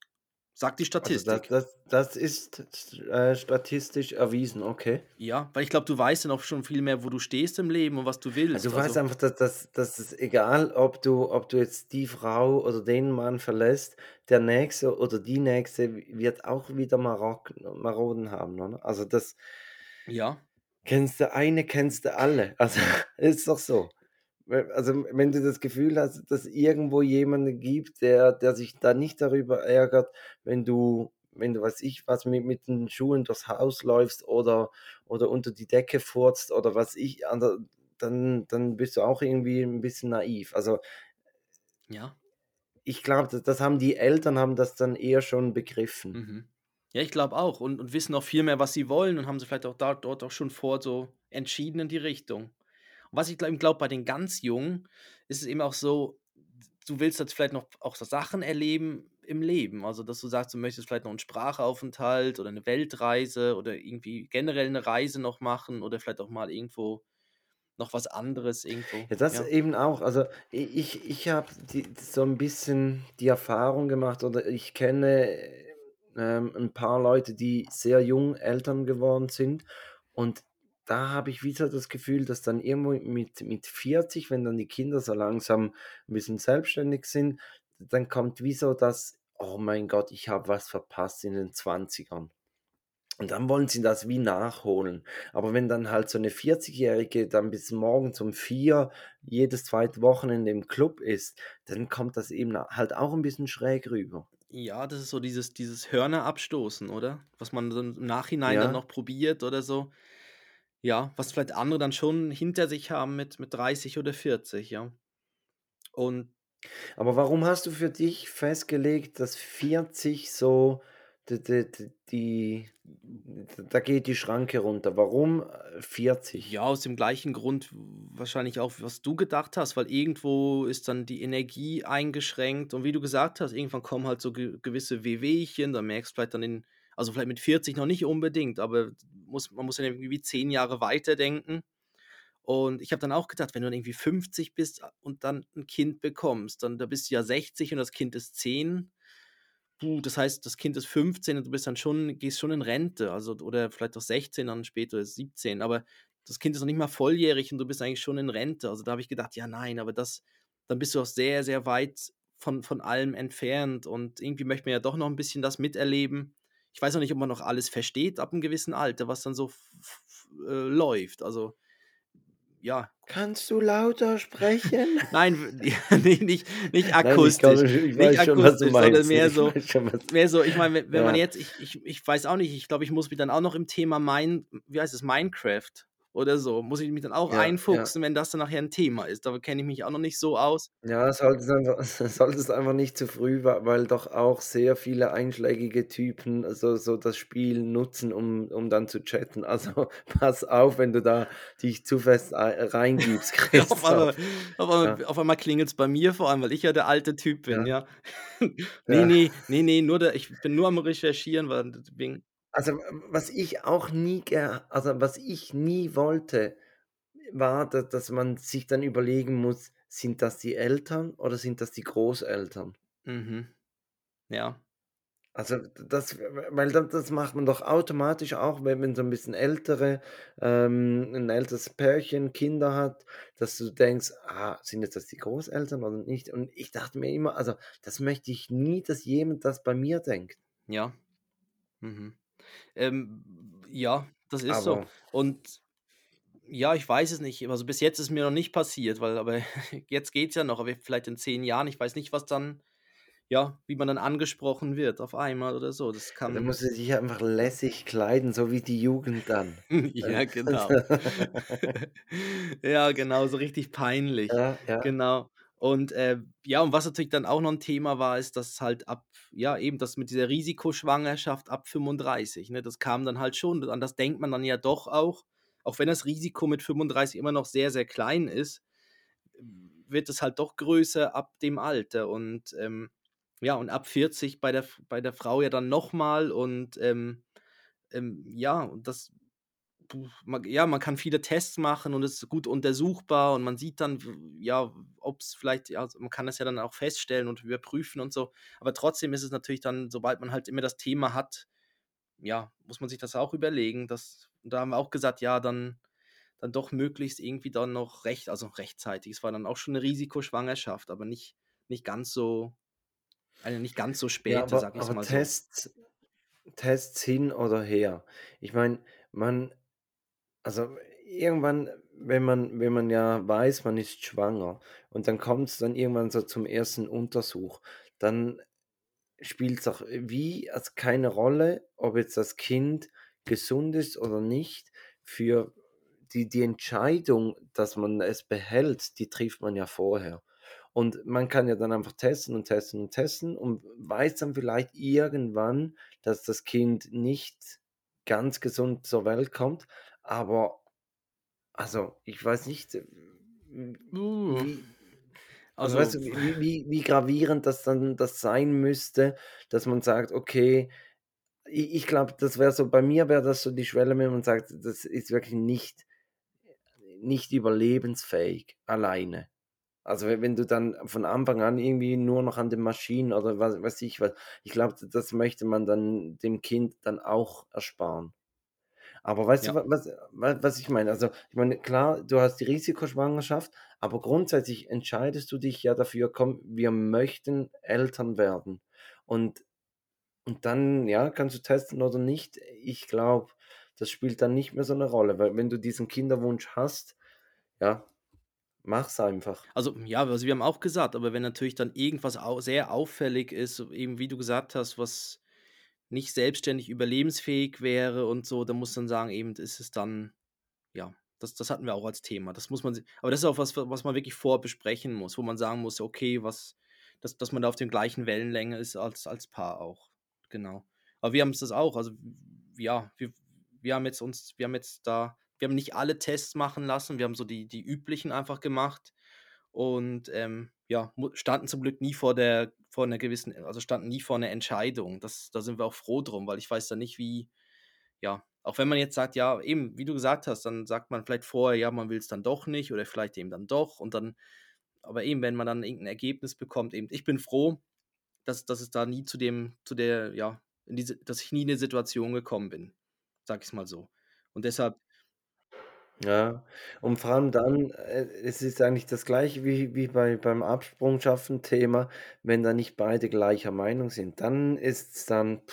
Sagt die Also, das Statistik. das das ist äh, statistisch erwiesen, okay. Ja, weil ich glaube, du weißt dann auch schon viel mehr, wo du stehst im Leben und was du Also, willst. du weißt Also, einfach, dass dass dass es egal, ob du ob du jetzt die Frau oder den Mann verlässt, der Nächste oder die Nächste wird auch wieder Marock Maroden haben, oder? Also, das ja, kennst du eine, kennst du alle. Also, ist doch so. We also, wenn du das Gefühl hast, dass irgendwo jemanden gibt, der der sich da nicht darüber ärgert, wenn du wenn du, weiß ich was, mit mit den Schuhen durchs Haus läufst oder oder unter die Decke furzt oder was ich, also, dann dann bist du auch irgendwie 'n bisschen naiv. Also, ja. ich glaube, das das haben die Eltern haben das dann eher schon begriffen. Mhm. Ja, ich glaube auch und und wissen auch viel mehr, was sie wollen und haben sie vielleicht auch da dort auch schon vor so entschieden in die Richtung. Und was ich glaube glaube, bei den ganz Jungen ist es eben auch so, du willst jetzt vielleicht noch auch so Sachen erleben im Leben. Also, dass du sagst, du möchtest vielleicht noch einen Sprachaufenthalt oder eine Weltreise oder irgendwie generell eine Reise noch machen oder vielleicht auch mal irgendwo noch was anderes irgendwo, Ja, das ja. eben auch. Also, i ich ich habe die so ein bisschen die Erfahrung gemacht oder ich kenne, ähm, 'n paar Leute, die sehr jung Eltern geworden sind und da habe ich wieder das Gefühl, dass dann irgendwo mit mit vierzig, wenn dann die Kinder so langsam ein bisschen selbstständig sind, dann kommt wie so das: „Oh mein Gott, ich habe was verpasst in den Zwanzigern." Und dann wollen sie das wie nachholen. Aber wenn dann halt so 'ne vierzig-Jährige dann bis morgens um vier jedes zweite Wochenende im Club ist, dann kommt das eben halt auch 'n bisschen schräg rüber. Ja, das ist so dieses dieses Hörner abstoßen, oder? Was man dann im Nachhinein dann Ja, noch probiert oder so. Ja, was vielleicht andere dann schon hinter sich haben mit mit dreißig oder vierzig, ja. Und aber warum hast du für dich festgelegt, dass vierzig so d d d die da geht die Schranke runter? Warum, äh, vierzig? ja, aus dem gleichen Grund wahrscheinlich auch, was du gedacht hast, weil irgendwo ist dann die Energie eingeschränkt und wie du gesagt hast, irgendwann kommen halt so ge gewisse Wehwehchen, da merkst du vielleicht dann in also vielleicht mit vierzig noch nicht unbedingt, aber muss man muss dann irgendwie zehn Jahre weiterdenken. Und ich habe dann auch gedacht, wenn du dann irgendwie fünfzig bist und dann ein Kind bekommst, dann da bist du ja sechzig und das Kind ist zehn. Puh, das heißt, das Kind ist fünfzehn und du bist dann schon gehst schon in Rente, also oder vielleicht auch sechzehn dann später oder siebzehn, aber das Kind ist noch nicht mal volljährig und du bist eigentlich schon in Rente. Also, da habe ich gedacht: „Ja, nein, aber das dann bist du auch sehr, sehr weit von von allem entfernt und irgendwie möchte man ja doch noch ein bisschen das miterleben.“ Ich weiß auch nicht, ob man noch alles versteht ab 'nem gewissen Alter, was dann so f f äh, läuft. Also, ja. Kannst du lauter sprechen? Nein, w ja, ne, nicht nicht Nein, ich kann akustisch, ich nicht weiß schon, was du akustisch, sondern meinst. mehr Ich so weiß schon, was mehr so ich meine, wenn wenn man ja, jetzt ich ich ich weiß auch nicht, ich glaube, ich muss mich dann auch noch im Thema Mine wie heißt es, Minecraft oder so muss ich mich dann auch ja, ja. einfuchsen, wenn das dann nachher 'n Thema ist. Da kenne ich mich auch noch nicht so aus. Ja, solltest einfach solltest einfach nicht zu früh, wa weil doch auch sehr viele einschlägige Typen so so das Spiel nutzen, um um dann zu chatten. Also, pass auf, wenn du da dich zu fest ei reingibst, Auf einmal Christoph. auf Ja, einmal auf einmal klingelt's bei mir vor allem, weil ich ja der alte Typ bin, ja, ja. Ne, ja. ne, ne, ne, nur der ich bin nur am Recherchieren, weil deswegen Also, w was ich auch nie ger also, was ich nie wollte, war, da dass man sich dann überlegen muss: „Sind das die Eltern oder sind das die Großeltern?" mhm, ja, Also, d das weil da das macht man doch automatisch auch, wenn man so 'n bisschen ältere ähm, 'n älteres Pärchen Kinder hat, dass du denkst: „Ah, sind jetzt das die Großeltern oder nicht?" Und ich dachte mir immer, also, das möchte ich nie, dass jemand das bei mir denkt. ja, mhm. Ähm, ja, das ist so. Aber Und ja, ich weiß es nicht. Also, bis jetzt ist mir noch nicht passiert, weil aber jetzt geht's ja noch, aber vielleicht in zehn Jahren, ich weiß nicht, was dann ja, wie man dann angesprochen wird auf einmal oder so. Das ja, dann kann musst du dich einfach ja. lässig kleiden, so wie die Jugend dann. Ja, genau. Ja, genau, so richtig peinlich. Ja, ja. Genau. Und, äh, ja, und was natürlich dann auch noch 'n Thema war, ist, dass halt ab ja, eben das mit dieser Risikoschwangerschaft ab fünfunddreißig, ne? Das kam dann halt schon, an das denkt man dann ja doch auch. Auch wenn das Risiko mit fünfunddreißig immer noch sehr, sehr klein ist, wird es halt doch größer ab dem Alter. Und, ähm, ja, und ab vierzig bei der F bei der Frau ja dann noch mal und, ähm, ähm, ja, und das puh, man ja, man kann viele Tests machen und es ist gut untersuchbar und man sieht dann, w ja, ob's vielleicht ja, also man kann das ja dann auch feststellen und überprüfen und so. Aber trotzdem ist es natürlich dann, sobald man halt immer das Thema hat, ja, muss man sich das auch überlegen. Das da haben wir auch gesagt, ja, dann dann doch möglichst irgendwie dann noch recht also rechtzeitig. Es war dann auch schon 'ne Risikoschwangerschaft, aber nicht nicht ganz so eine nicht ganz so Ja, späte, aber sage ich's aber mal so. Tests Tests hin oder her. Ich meine, man also, irgendwann, wenn man wenn man ja weiß, man ist schwanger und dann kommt's dann irgendwann so zum ersten Untersuch, dann spielt's auch wie also keine Rolle, ob jetzt das Kind gesund ist oder nicht. Für die die Entscheidung, dass man es behält, die trifft man ja vorher. Und man kann ja dann einfach testen und testen und testen und weiß dann vielleicht irgendwann, dass das Kind nicht ganz gesund zur Welt kommt. Aber also, ich weiß nicht, äh, Uh, wie also, weißt also du, wie wie wie gravierend das dann das sein müsste, dass man sagt: „Okay“, i ich glaube, das wäre so bei mir wäre das so die Schwelle, wenn man sagt, das ist wirklich nicht nicht überlebensfähig alleine. Also, we wenn du dann von Anfang an irgendwie nur noch an den Maschinen oder was weiß ich was ich glaube, das möchte man dann dem Kind dann auch ersparen. Aber weißt du, ja. wa was wa was ich meine? Also, ich meine, klar, du hast die Risikoschwangerschaft, aber grundsätzlich entscheidest du dich ja dafür: „Komm, wir möchten Eltern werden.“ Und und dann, ja, kannst du testen oder nicht. Ich glaube, das spielt dann nicht mehr so 'ne Rolle, weil wenn du diesen Kinderwunsch hast, ja, mach's einfach. Also, ja, also wir haben auch gesagt, aber wenn natürlich dann irgendwas au sehr auffällig ist, so eben wie du gesagt hast, was nicht selbstständig überlebensfähig wäre und so, dann muss man sagen, eben ist es dann ja, das das hatten wir auch als Thema. Das muss man si aber das ist auch was, was man wirklich vorbesprechen muss, wo man sagen muss: „Okay, was“ dass dass man da auf den gleichen Wellenlänge ist als als Paar auch. Genau. Aber wir haben's das auch, also, w ja, wir wir haben jetzt uns wir haben jetzt da wir haben nicht alle Tests machen lassen, wir haben so die die üblichen einfach gemacht und, ähm, ja, mu standen zum Glück nie vor der vor 'ner gewissen also, standen nie vor 'ner Entscheidung. Das da sind wir auch froh drum, weil ich weiß dann nicht, wie ja, auch wenn man jetzt sagt, ja, eben, wie du gesagt hast, dann sagt man vielleicht vorher, ja, man will's dann doch nicht oder vielleicht eben dann doch und dann aber eben, wenn man dann irgend 'n Ergebnis bekommt eben ich bin froh, dass dass es da nie zu dem zu der ja, in diese dass ich nie in 'ne Situation gekommen bin, sage ich's mal so. Und deshalb Ja, und vor allem dann, äh, es ist eigentlich das Gleiche wie wie bei beim Absprungschaffen-Thema, wenn da nicht beide gleicher Meinung sind, dann ist's dann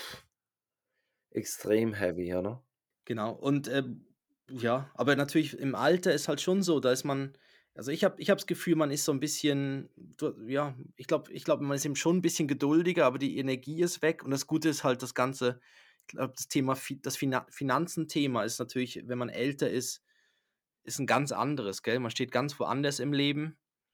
extrem heavy, oder? Genau. Und, ähm, ja, aber natürlich im Alter ist halt schon so, da ist man also, ich habe ich habe das Gefühl, man ist so 'n bisschen du ja, ich glaube ich glaube, man ist eben schon 'n bisschen geduldiger, aber die Energie ist weg und das Gute ist halt das Ganze ich glaube, das Thema Fi das Fina Finanzen-Thema ist natürlich, wenn man älter ist ist 'n ganz anderes, gell? Man steht ganz woanders im Leben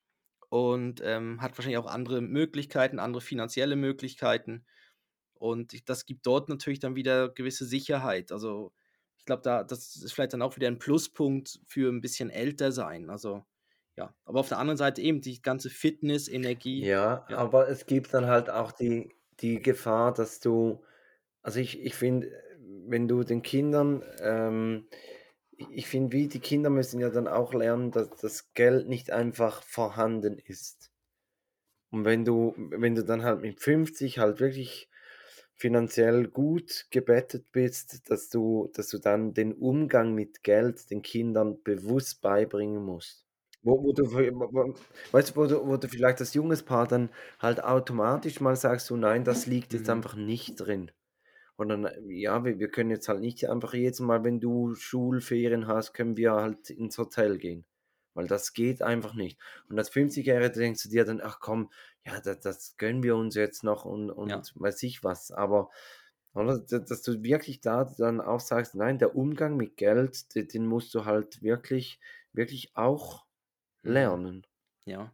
und, ähm, hat wahrscheinlich auch andere Möglichkeiten, andere finanzielle Möglichkeiten. Und ich das gibt dort natürlich dann wieder gewisse Sicherheit. Also, ich glaube, da das ist vielleicht dann auch wieder 'n Pluspunkt für 'n bisschen älter sein. Also, ja. Aber auf der anderen Seite eben die ganze Fitness, Energie Ja, ja. aber es gibt dann halt auch die die Gefahr, dass du also, ich ich finde, wenn du den Kindern, ähm i ich finde, wie die Kinder müssen ja dann auch lernen, dass das Geld nicht einfach vorhanden ist. Und wenn du wenn du dann halt mit fünfzig halt wirklich finanziell gut gebettet bist, dass du dass du dann den Umgang mit Geld den Kindern bewusst beibringen musst. Wo wo du w w weißt du, wo du wo du vielleicht als junges Paar dann halt automatisch mal sagst: „Du, nein, das liegt jetzt Mhm. einfach nicht drin.“ Und dann, ja, wir wir können jetzt halt nicht einfach jedes Mal, wenn du Schulferien hast, können wir halt ins Hotel gehen, weil das geht einfach nicht. Und als Fünfzigjähriger denkst du dir dann: „Ach komm, ja, da das gönnen wir uns jetzt noch und Ja. und weiß ich was.“ Aber oder, d dass du wirklich da dann auch sagst: „Nein, der Umgang mit Geld, de den musst du halt wirklich wirklich auch Mhm. lernen.“ Ja.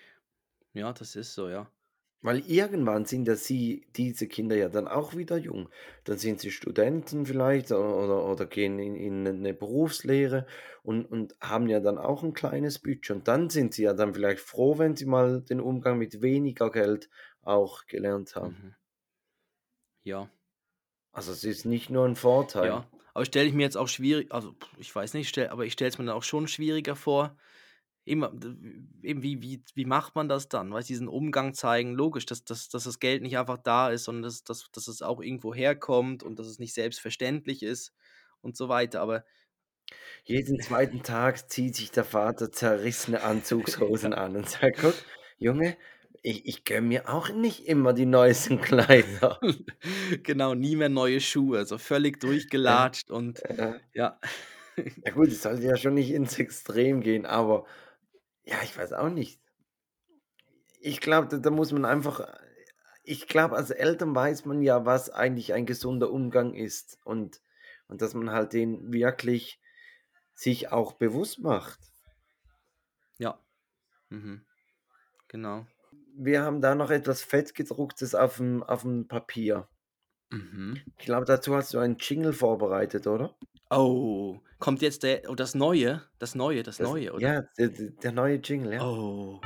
Ja, das ist so, ja. Weil irgendwann sind ja sie diese Kinder ja dann auch wieder jung. Dann sind sie Studenten vielleicht o oder oder gehen in in 'ne 'ne Berufslehre und und haben ja dann auch 'n kleines Budget. Und dann sind sie ja dann vielleicht froh, wenn sie mal den Umgang mit weniger Geld auch gelernt haben. Mhm. Ja. Also, es ist nicht nur 'n Vorteil. Ja, Aber stelle ich mir jetzt auch schwierig, also pff, ich weiß nicht, stell, aber ich stelle es mir dann auch schon schwieriger vor. Immer, d- eben wie, wie, wie macht man das dann? Weißt du, diesen Umgang zeigen, logisch, dass, dass, dass das Geld nicht einfach da ist, sondern dass, dass, dass es auch irgendwo herkommt und dass es nicht selbstverständlich ist und so weiter. Aber Jeden zweiten Tag zieht sich der Vater zerrissene Anzugshosen an und sagt: „Guck, Junge, ich ich gönne mir auch nicht immer die neuesten Kleider.“ genau, nie mehr neue Schuhe, also völlig Ja, durchgelatscht und ja. ja. Ja gut, es sollte ja schon nicht ins Extrem gehen, aber ja, ich weiß auch nicht. Ich glaube, da da muss man einfach ich glaube, als Eltern weiß man ja, was eigentlich ein gesunder Umgang ist und und dass man halt den wirklich sich auch bewusst macht. Ja, mhm, genau. Wir haben da noch etwas Fettgedrucktes auf'm auf'm Papier. Mhm. Ich glaube, dazu hast du einen Jingle vorbereitet, oder? Oh, kommt jetzt der, oh, das Neue, das Neue, das Das Neue, oder? ja, der der der neue Jingle, ja. Oh.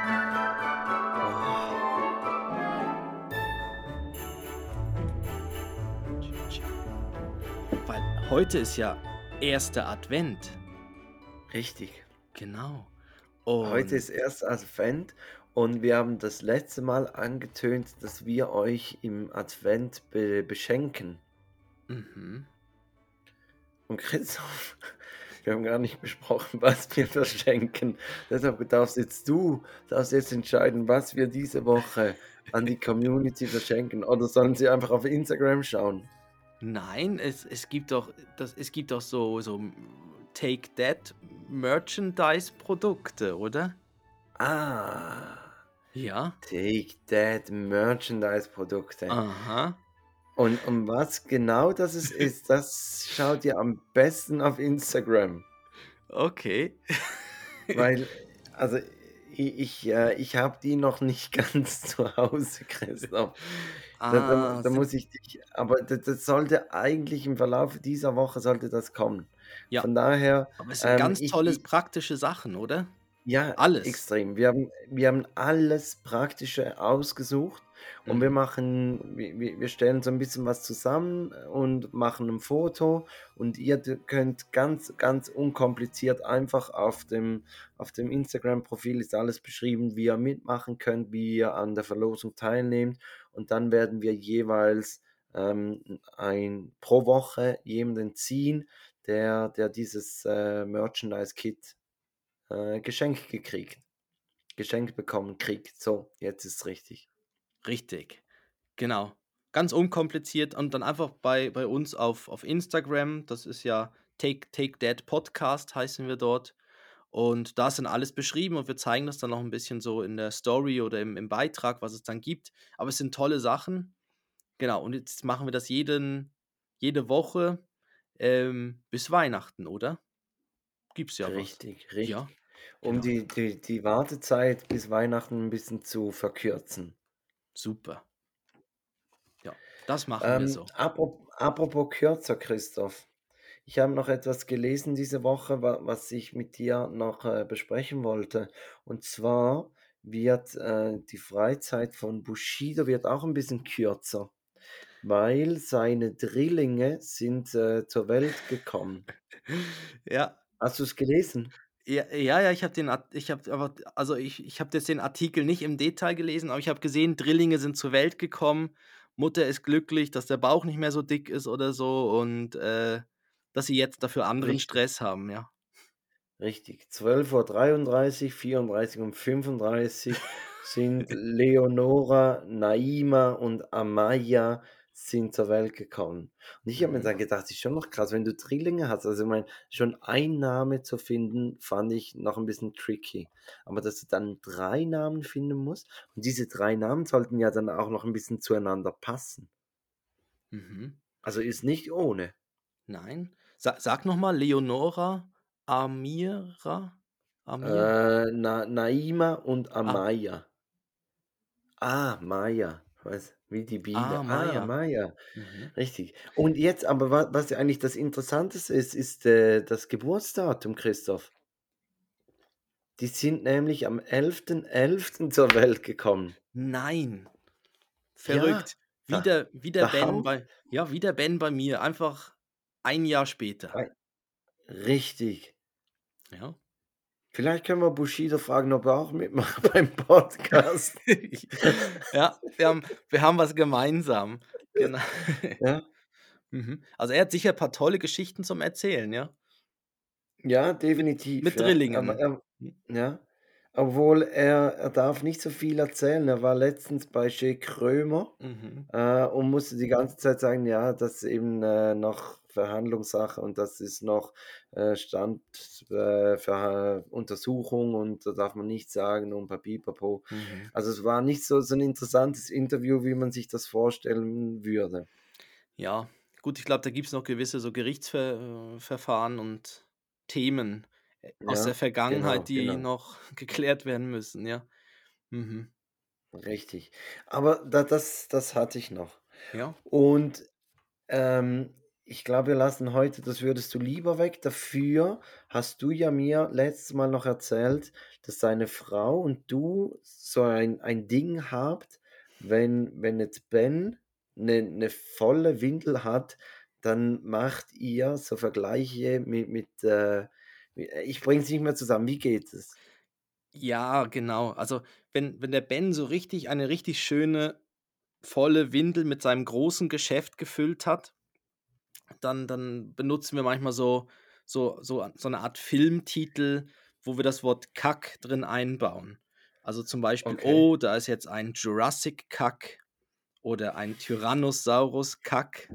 Oh, Weil heute ist ja erster Advent. richtig. Genau. Heute Und ist erst Advent und wir haben das letzte Mal angetönt, dass wir euch im Advent be beschenken. mhm. Und Christoph, wir haben gar nicht besprochen, was wir verschenken. Deshalb darfst jetzt du darfst jetzt entscheiden, was wir diese Woche an die Community verschenken. Oder sollen sie einfach auf Instagram schauen? Nein, es es gibt doch das es gibt doch so so m Take That Merchandise-Produkte, oder? Ah, Ja. Take That Merchandise-Produkte. Aha. Und um was genau das es ist, das schaut ihr am besten auf Instagram, Okay. weil also i ich, äh ich habe die noch nicht ganz zu Hause, Christoph. Da da Ah, da sind muss ich dich aber da das sollte eigentlich im Verlauf dieser Woche sollte das kommen. ja, Von daher, aber es sind ähm, ganz ich tolles i praktische Sachen, oder? ja, Alles. extrem. Wir haben wir haben alles Praktische ausgesucht und wir Mhm. machen wir wir wir stellen so ein bisschen was zusammen und machen ein Foto und ihr d könnt ganz, ganz unkompliziert einfach auf dem auf dem Instagram-Profil ist alles beschrieben, wie ihr mitmachen könnt, wie ihr an der Verlosung teilnehmt und dann werden wir jeweils, ähm, ein pro Woche jemanden ziehen, der der dieses, äh, Merchandise-Kit äh, geschenkt gekriegt geschenkt bekommen kriegt. So, jetzt ist's richtig. Richtig. Genau. Ganz unkompliziert und dann einfach bei bei uns auf auf Instagram, das ist ja Take Take That Podcast heißen wir dort. Und da ist dann alles beschrieben und wir zeigen das dann noch ein bisschen so in der Story oder im im Beitrag, was es dann gibt. Aber es sind tolle Sachen. Genau, und jetzt machen wir das jeden jede Woche, ähm, bis Weihnachten, oder? Gibt's ja was. Richtig, Ja, richtig. Um genau. die die die Wartezeit bis Weihnachten 'n bisschen zu verkürzen. Super. Ja, das machen wir Ähm, so. apro apropos kürzer, Christoph. Ich habe noch etwas gelesen diese Woche, wa was ich mit dir noch, äh, besprechen wollte. Und zwar wird, äh, die Freizeit von Bushido wird auch 'n bisschen kürzer, weil seine Drillinge sind, äh, zur Welt gekommen. Ja. Hast du's gelesen? Ja, ja, ja, ich habe den Art ich habe aber also, ich ich habe jetzt den Artikel nicht im Detail gelesen, aber ich habe gesehen, Drillinge sind zur Welt gekommen. Mutter ist glücklich, dass der Bauch nicht mehr so dick ist oder so und, äh, dass sie jetzt dafür anderen Richtig, Stress haben, ja. richtig. zwölf Uhr dreiunddreißig, vierunddreißig und fünfunddreißig sind Leonora, Naima und Amaya sind zur Welt gekommen. Und ich habe mir Mhm, dann gedacht, ist schon noch krass, wenn du Drillinge hast. Also, ich meine, schon ein Name zu finden, fand ich noch ein bisschen tricky. Aber dass du dann drei Namen finden musst und diese drei Namen sollten ja dann auch noch ein bisschen zueinander passen. mhm. Also, ist nicht ohne. Nein. Sa sag noch mal Leonora, Amira, Amir Äh, Na Naima und ah, Amaya. Ah, Maya, was wie die ah, Biene. Ah, Maya. Maya, Mhm. richtig. Und jetzt aber wa was ja eigentlich das Interessanteste ist, ist, äh, das Geburtsdatum, Christoph. Die sind nämlich am elften elften zur Welt gekommen. Nein, Ja, verrückt. da Wieder wieder der Ben Hammer. bei ja, wieder Ben bei mir. Einfach ein Jahr später. Ei richtig. Ja. Vielleicht können wir Bushido fragen, ob er auch mitmacht beim Podcast. Ja, wir haben wir haben was gemeinsam. Genau. Ja, Mhm. Also, er hat sicher paar tolle Geschichten zum Erzählen, ja? ja, Mit definitiv, mit ja. Aber Drillingen. er Hm. ja, obwohl er er darf nicht so viel erzählen. Er war letztens bei Schick Krömer, Mhm. äh, und musste die ganze Zeit sagen, ja, das ist eben, äh, noch Verhandlungssache und das ist noch, äh, Stand, äh, für Untersuchung und da darf man nichts sagen und papipapo. Mhm. Also, es war nicht so so 'n interessantes Interview, wie man sich das vorstellen würde. Ja, gut, ich glaube, da gibt's noch gewisse so Gerichtsver äh, Verfahren und Themen, äh, aus der Ja, Vergangenheit, genau, die genau. noch geklärt werden müssen, ja. Mhm. Richtig. Aber da das das hatte ich noch. Ja. Und, ähm, ich glaube, wir lassen heute „Das würdest du lieber“ weg. Dafür hast du ja mir letztes Mal noch erzählt, dass deine Frau und du so ein ein Ding habt, wenn wenn jetzt Ben 'ne 'ne volle Windel hat, dann macht ihr so Vergleiche mit mit, äh, wi ich bringe es nicht mehr zusammen. Wie geht es? Ja, genau. Also, wenn wenn der Ben so richtig eine richtig schöne, volle Windel mit seinem großen Geschäft gefüllt hat, dann dann benutzen wir manchmal so so so a so 'ne Art Filmtitel, wo wir das Wort Kack drin einbauen. Also, zum Beispiel: Okay. „Oh, da ist jetzt ein Jurassic Kack oder ein Tyrannosaurus Kack.“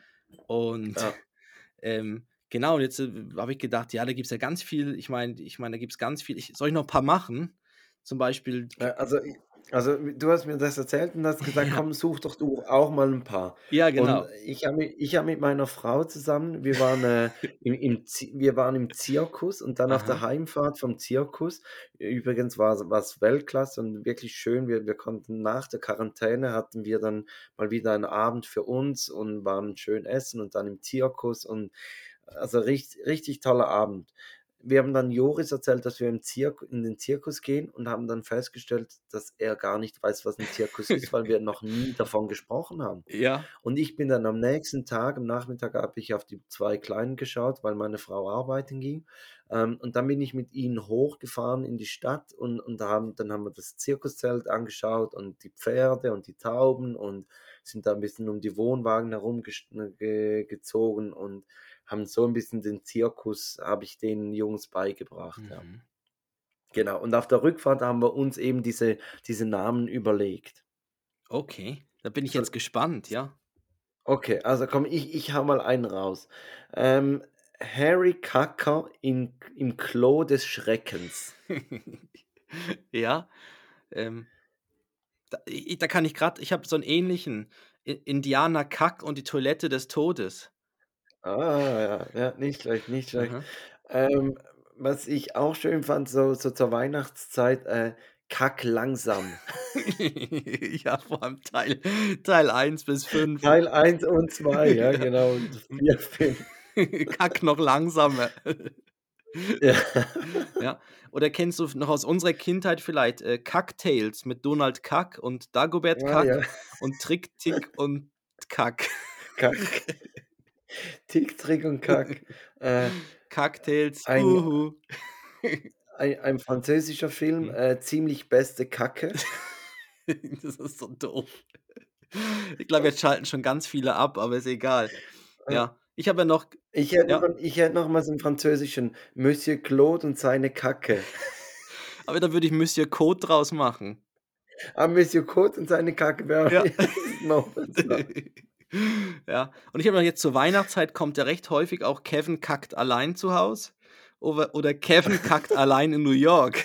Und, Ja. ähm, genau, und jetzt, äh, habe ich gedacht, ja, da gibt's ja ganz viel ich meine ich meine, da gibt's ganz viel ich soll ich noch 'n paar machen? Zum Beispiel Äh, g also i also, du hast mir das erzählt und hast gesagt: ja, „Komm, such doch du auch mal 'n paar.“ ja, Und genau. ich habe mi ich habe mit meiner Frau zusammen wir waren, äh, im im Zi wir waren im Zirkus und dann auf der Aha, Heimfahrt vom Zirkus übrigens war's war's Weltklasse und wirklich schön. Wir wir konnten nach der Quarantäne hatten wir dann mal wieder einen Abend für uns und waren schön essen und dann im Zirkus und also, richt richtig toller Abend. Wir haben dann Joris erzählt, dass wir im Zirk in den Zirkus gehen und haben dann festgestellt, dass er gar nicht weiß, was 'n Zirkus ist, weil wir noch nie davon gesprochen haben. ja. Und ich bin dann am nächsten Tag am Nachmittag habe ich auf die zwei Kleinen geschaut, weil meine Frau arbeiten ging. Ähm, und dann bin ich mit ihnen hochgefahren in die Stadt und und da haben dann haben wir das Zirkuszelt angeschaut und die Pferde und die Tauben und sind da 'n bisschen um die Wohnwagen herum gest ge gezogen und haben so 'n bisschen den Zirkus habe ich den Jungs beigebracht, ja. Mhm. Genau. Und auf der Rückfahrt haben wir uns eben diese diese Namen überlegt. Okay, da bin ich jetzt Soll gespannt, ja. Okay, also komm, ich ich hau mal einen raus. Ähm, Harry Kacker in im Klo des Schreckens. Ja, ähm, da i da kann ich grad ich habe so 'n ähnlichen. I Indianer Kack und die Toilette des Todes. Ah, ja, ja, nicht schlecht, nicht schlecht. Aha. Ähm, was ich auch schön fand, so so zur Weihnachtszeit, äh, Kack langsam. Ja, vor allem Teil Teil eins bis fünf. Teil eins und zwei, ja, Ja. genau, Hm. vier, fünf. Kack noch langsamer. Ja. Ja. Oder kennst du f noch aus unserer Kindheit vielleicht, äh, Cacktales mit Donald Kack und Dagobert Ah, ja. Kack und Trick, Tick und Kack. Kack. Tick, Trick und Kack. Äh, Cacktales, ein uhu. ein ein französischer Film, Mhm. äh, „Ziemlich beste Kacke“. Das ist so doof. Ich glaube, jetzt schalten schon ganz viele ab, aber ist egal. Ja. Ja, ich habe ja noch Ich hätte noch ja, 'n ich hätte noch mal so 'n französischen „Monsieur Claude und seine Kacke“. aber da würde ich Monsieur Code draus machen. Ah, „Monsieur Claude und seine Kacke“ wäre Ja. noch besser. Ja, und ich habe noch jetzt zur Weihnachtszeit kommt ja recht häufig auch Kevin kackt allein zu Haus ober oder Kevin kackt allein in New York.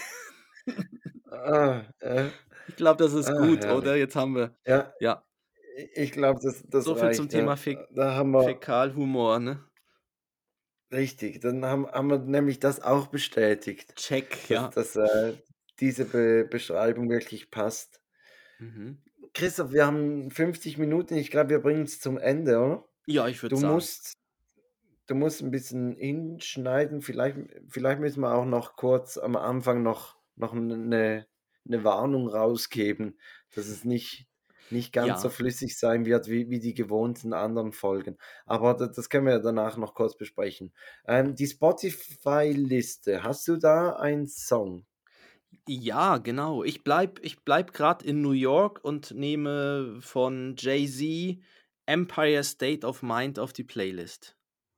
Ah, äh, Ich glaube, das ist ah, gut, oder? herrlich. Jetzt haben wir Ja, ja, i ich glaube, das das so viel zum reicht, Thema ja. Fäk Da haben wir Fäkalhumor, ne? richtig, dann haben haben wir nämlich das auch bestätigt, Check, dass ja. dass, äh, diese Be Beschreibung wirklich passt. Mhm. Christoph, wir haben fünfzig Minuten. Ich glaube, wir bringen's zum Ende, oder? Ja, ich würde Du sagen. musst du musst 'n bisschen hinschneiden. Vielleicht vielleicht müssen wir auch noch kurz am Anfang noch noch 'n 'ne 'ne Warnung rausgeben, dass es nicht nicht ganz so Ja. flüssig sein wird wie wie die gewohnten anderen Folgen. Aber da das können wir danach noch kurz besprechen. Ähm, die Spotify-Liste, hast du da einen Song? Ja, genau. Ich bleib ich bleib grad in New York und nehme von Jay-Z „Empire State of Mind“ auf die Playlist.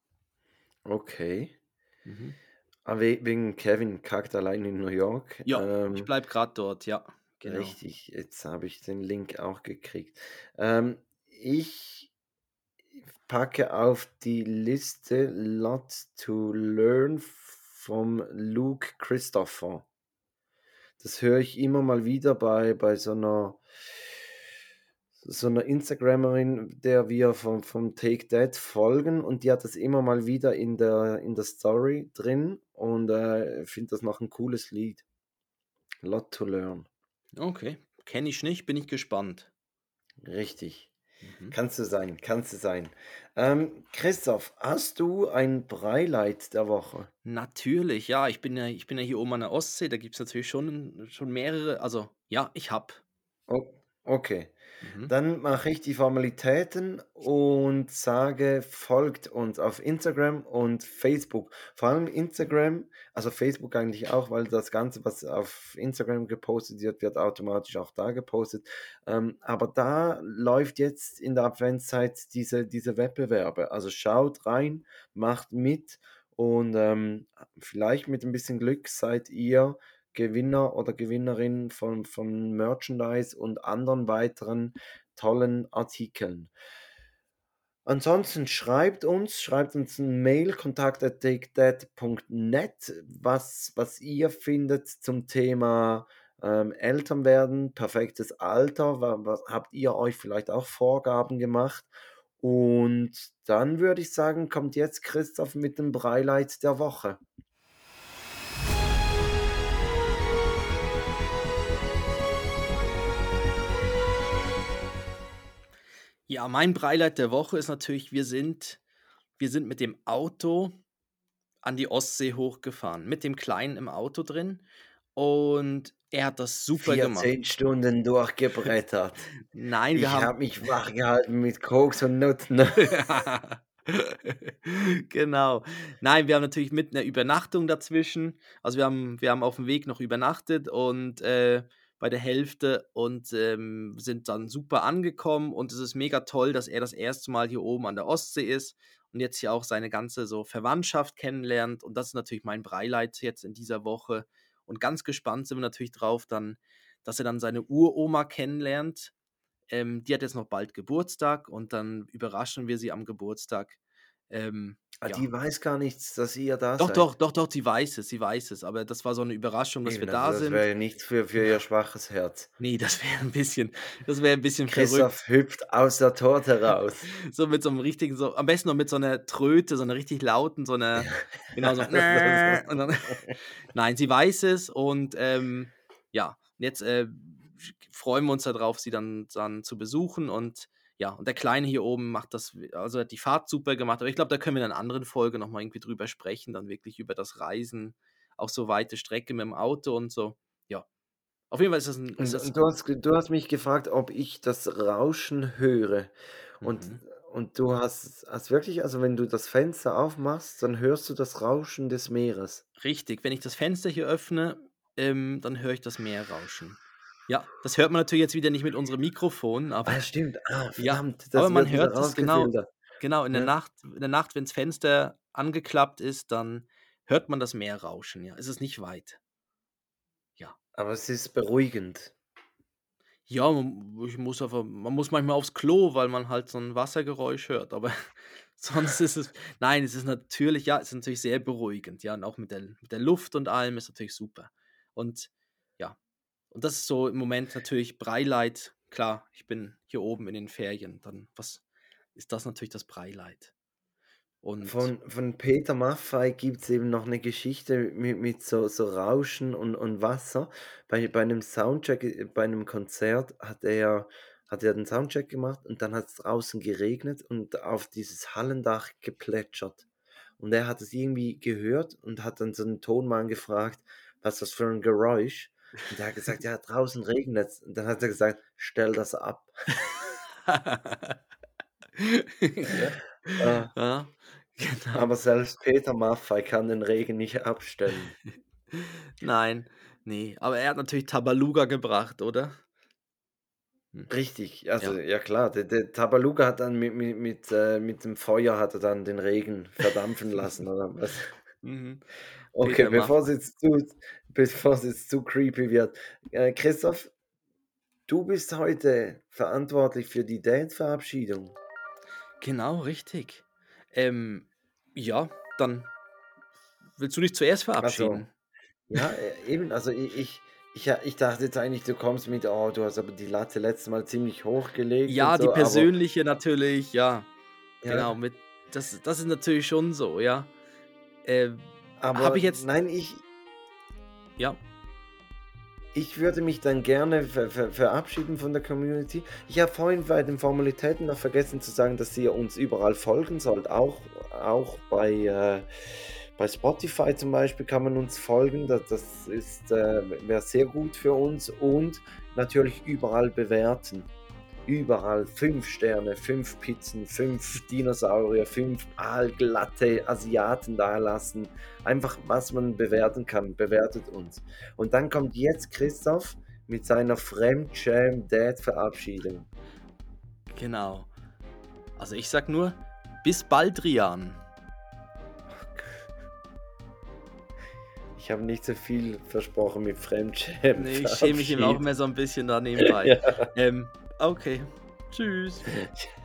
Okay. Mhm. Ah, we wegen Kevin kackt allein in New York. Ja, ich Ähm, bleib grad dort, ja, genau. richtig, jetzt habe ich den Link auch gekriegt. Ähm, ich packe auf die Liste „Lot to Learn“ vom Luke Christopher. Das höre ich immer mal wieder bei bei so einer so 'ner Instagrammerin, der wir vom vom Take That folgen, und die hat das immer mal wieder in der in der Story drin, und, äh, finde das noch ein cooles Lied. „Lot to Learn“. Okay, kenne ich nicht, bin ich gespannt. Richtig. Mhm. Kannst du sein, kannst du sein. Ähm, Christoph, hast du ein Breileid der Woche? Natürlich, ja, ich bin ja ich bin ja hier oben an der Ostsee, da gibt's natürlich schon schon mehrere, also, ja, ich habe. O okay. Mhm. Dann mache ich die Formalitäten und sage, folgt uns auf Instagram und Facebook. Vor allem Instagram, also Facebook eigentlich auch, weil das Ganze, was auf Instagram gepostet wird, wird automatisch auch da gepostet. Ähm, aber da läuft jetzt in der Adventszeit diese, diese Wettbewerbe. Also schaut rein, macht mit, und ähm, vielleicht mit ein bisschen Glück seid ihr Gewinner oder Gewinnerin von, von Merchandise und anderen weiteren tollen Artikeln. Ansonsten schreibt uns, schreibt uns 'n Mail, kontakt at takedad punkt net, was was ihr findet zum Thema, ähm, Elternwerden, perfektes Alter. Wa was habt ihr euch vielleicht auch Vorgaben gemacht? Und dann würde ich sagen, kommt jetzt Christoph mit dem Breileid der Woche. Ja, mein Beileid der Woche ist natürlich, wir sind wir sind mit dem Auto an die Ostsee hochgefahren, mit dem Kleinen im Auto drin, und er hat das super gemacht. vierzehn Stunden durchgebrettert. Nein, wir Ich haben habe mich wach gehalten mit Koks und Nutten. Genau. Nein, wir haben natürlich mit 'ner Übernachtung dazwischen. Also, wir haben wir haben aufm Weg noch übernachtet und, äh, bei der Hälfte, und, ähm, sind dann super angekommen, und es ist mega toll, dass er das erste Mal hier oben an der Ostsee ist und jetzt hier auch seine ganze so Verwandtschaft kennenlernt, und das ist natürlich mein Beileid jetzt in dieser Woche, und ganz gespannt sind wir natürlich drauf dann, dass er dann seine Uroma kennenlernt. Ähm, die hat jetzt noch bald Geburtstag, und dann überraschen wir sie am Geburtstag. Ähm, Ah, ja. die weiß gar nichts, dass ihr da Doch, doch, seid? doch, doch, sie weiß es, sie weiß es, aber das war so 'ne Überraschung, dass wir Eben, also da das sind. wäre ja nichts für für ihr schwaches Herz. Ne, das wäre 'n bisschen das wäre 'n bisschen Christoph verrückt. hüpft aus der Torte raus. So mit so 'nem richtigen, so am besten noch mit so 'ner Tröte, so 'ner richtig lauten, so 'ner, genau so, und Das dann nein, sie weiß es, und, ähm, ja, jetzt, äh, freuen wir uns da drauf, sie dann dann zu besuchen, und ja, und der Kleine hier oben macht das, also, hat die Fahrt super gemacht, aber ich glaube, da können wir in 'ner anderen Folge noch mal irgendwie drüber sprechen, dann wirklich über das Reisen, auch so weite Strecke mit'm Auto und so. Ja, auf jeden Fall ist das 'n ist Und das und du hast ge du hast mich gefragt, ob ich das Rauschen höre. Und mhm. und du hast hast wirklich, also, wenn du das Fenster aufmachst, dann hörst du das Rauschen des Meeres? Richtig, wenn ich das Fenster hier öffne, ähm, dann höre ich das Meer rauschen. Ja, das hört man natürlich jetzt wieder nicht mit unserem Mikrofon, aber Ah, stimmt. Ah, ja, verdammt, aber das man wird wieder hört es genau, rausgefiltert. genau in der Ja, Nacht, in der Nacht, wenn's Fenster angeklappt ist, dann hört man das Meer rauschen, ja. Es ist nicht weit. Ja. aber es ist beruhigend. Ja, man ich muss einfach man muss manchmal aufs Klo, weil man halt so 'n Wassergeräusch hört, aber sonst ist es, nein, es ist natürlich, ja, es ist natürlich sehr beruhigend, ja, und auch mit der mit der Luft und allem ist natürlich super. Und ja, und das ist so im Moment natürlich Breileid. Klar, ich bin hier oben in den Ferien, dann was ist das natürlich das Breileid. Und Von von Peter Maffay gibt's eben noch 'ne Geschichte mit mit so so Rauschen und und Wasser. Bei bei 'nem Soundcheck, äh, bei 'nem Konzert hat er hat er den Soundcheck gemacht, und dann hat's draußen geregnet und auf dieses Hallendach geplätschert. Und er hat es irgendwie gehört und hat dann so 'n Tonmann gefragt: „Was ist das für 'n Geräusch?“ Und der hat gesagt: „Ja, draußen regnet's.“ Und dann hat er gesagt: „Stell das ab.“ Ja. Äh, Ja, genau. aber selbst Peter Maffay kann den Regen nicht abstellen. Nein, ne, aber er hat natürlich Tabaluga gebracht, oder? Hm, Richtig, also ja. ja klar, der der Tabaluga hat dann mit mit mit äh, mit dem Feuer hat er dann den Regen verdampfen lassen oder was? Mhm. Okay, Peter bevor es Maffay. jetzt zu bevor es jetzt zu creepy wird. Äh, Christoph, du bist heute verantwortlich für die Date-Verabschiedung. Genau, richtig. Ähm, ja, dann willst du dich zuerst Also, verabschieden? ja, äh, eben, also i ich ich ha ich dachte jetzt eigentlich, du kommst mit: „Oh, du hast aber die Latte letztes Mal ziemlich hoch gelegt“ und Ja, die so, aber persönliche natürlich, ja, genau, ja, mit das das ist natürlich schon so, ja. Äh, Habe aber ich jetzt nein, ich ja, Ich würde mich dann gerne ver ver verabschieden von der Community. Ich habe vorhin bei den Formalitäten noch vergessen zu sagen, dass ihr uns überall folgen sollt. Auch auch bei, äh bei Spotify zum Beispiel kann man uns folgen. Da das ist, äh wäre sehr gut für uns und natürlich überall bewerten. Überall fünf Sterne, fünf Pizzen, fünf Dinosaurier, fünf aalglatte Asiaten dalassen. Einfach, was man bewerten kann, bewertet uns. Und dann kommt jetzt Christoph mit seiner Fremdschäm-Dad-Verabschiedung. genau. Also, ich sag nur: „Bis bald, Rian.“ Ich habe nicht so viel versprochen mit Ne, ich schäme mich eben auch Fremdschäm-Verabschied. immer so 'n bisschen da nebenbei. Ja. Ähm, okay. Tschüss.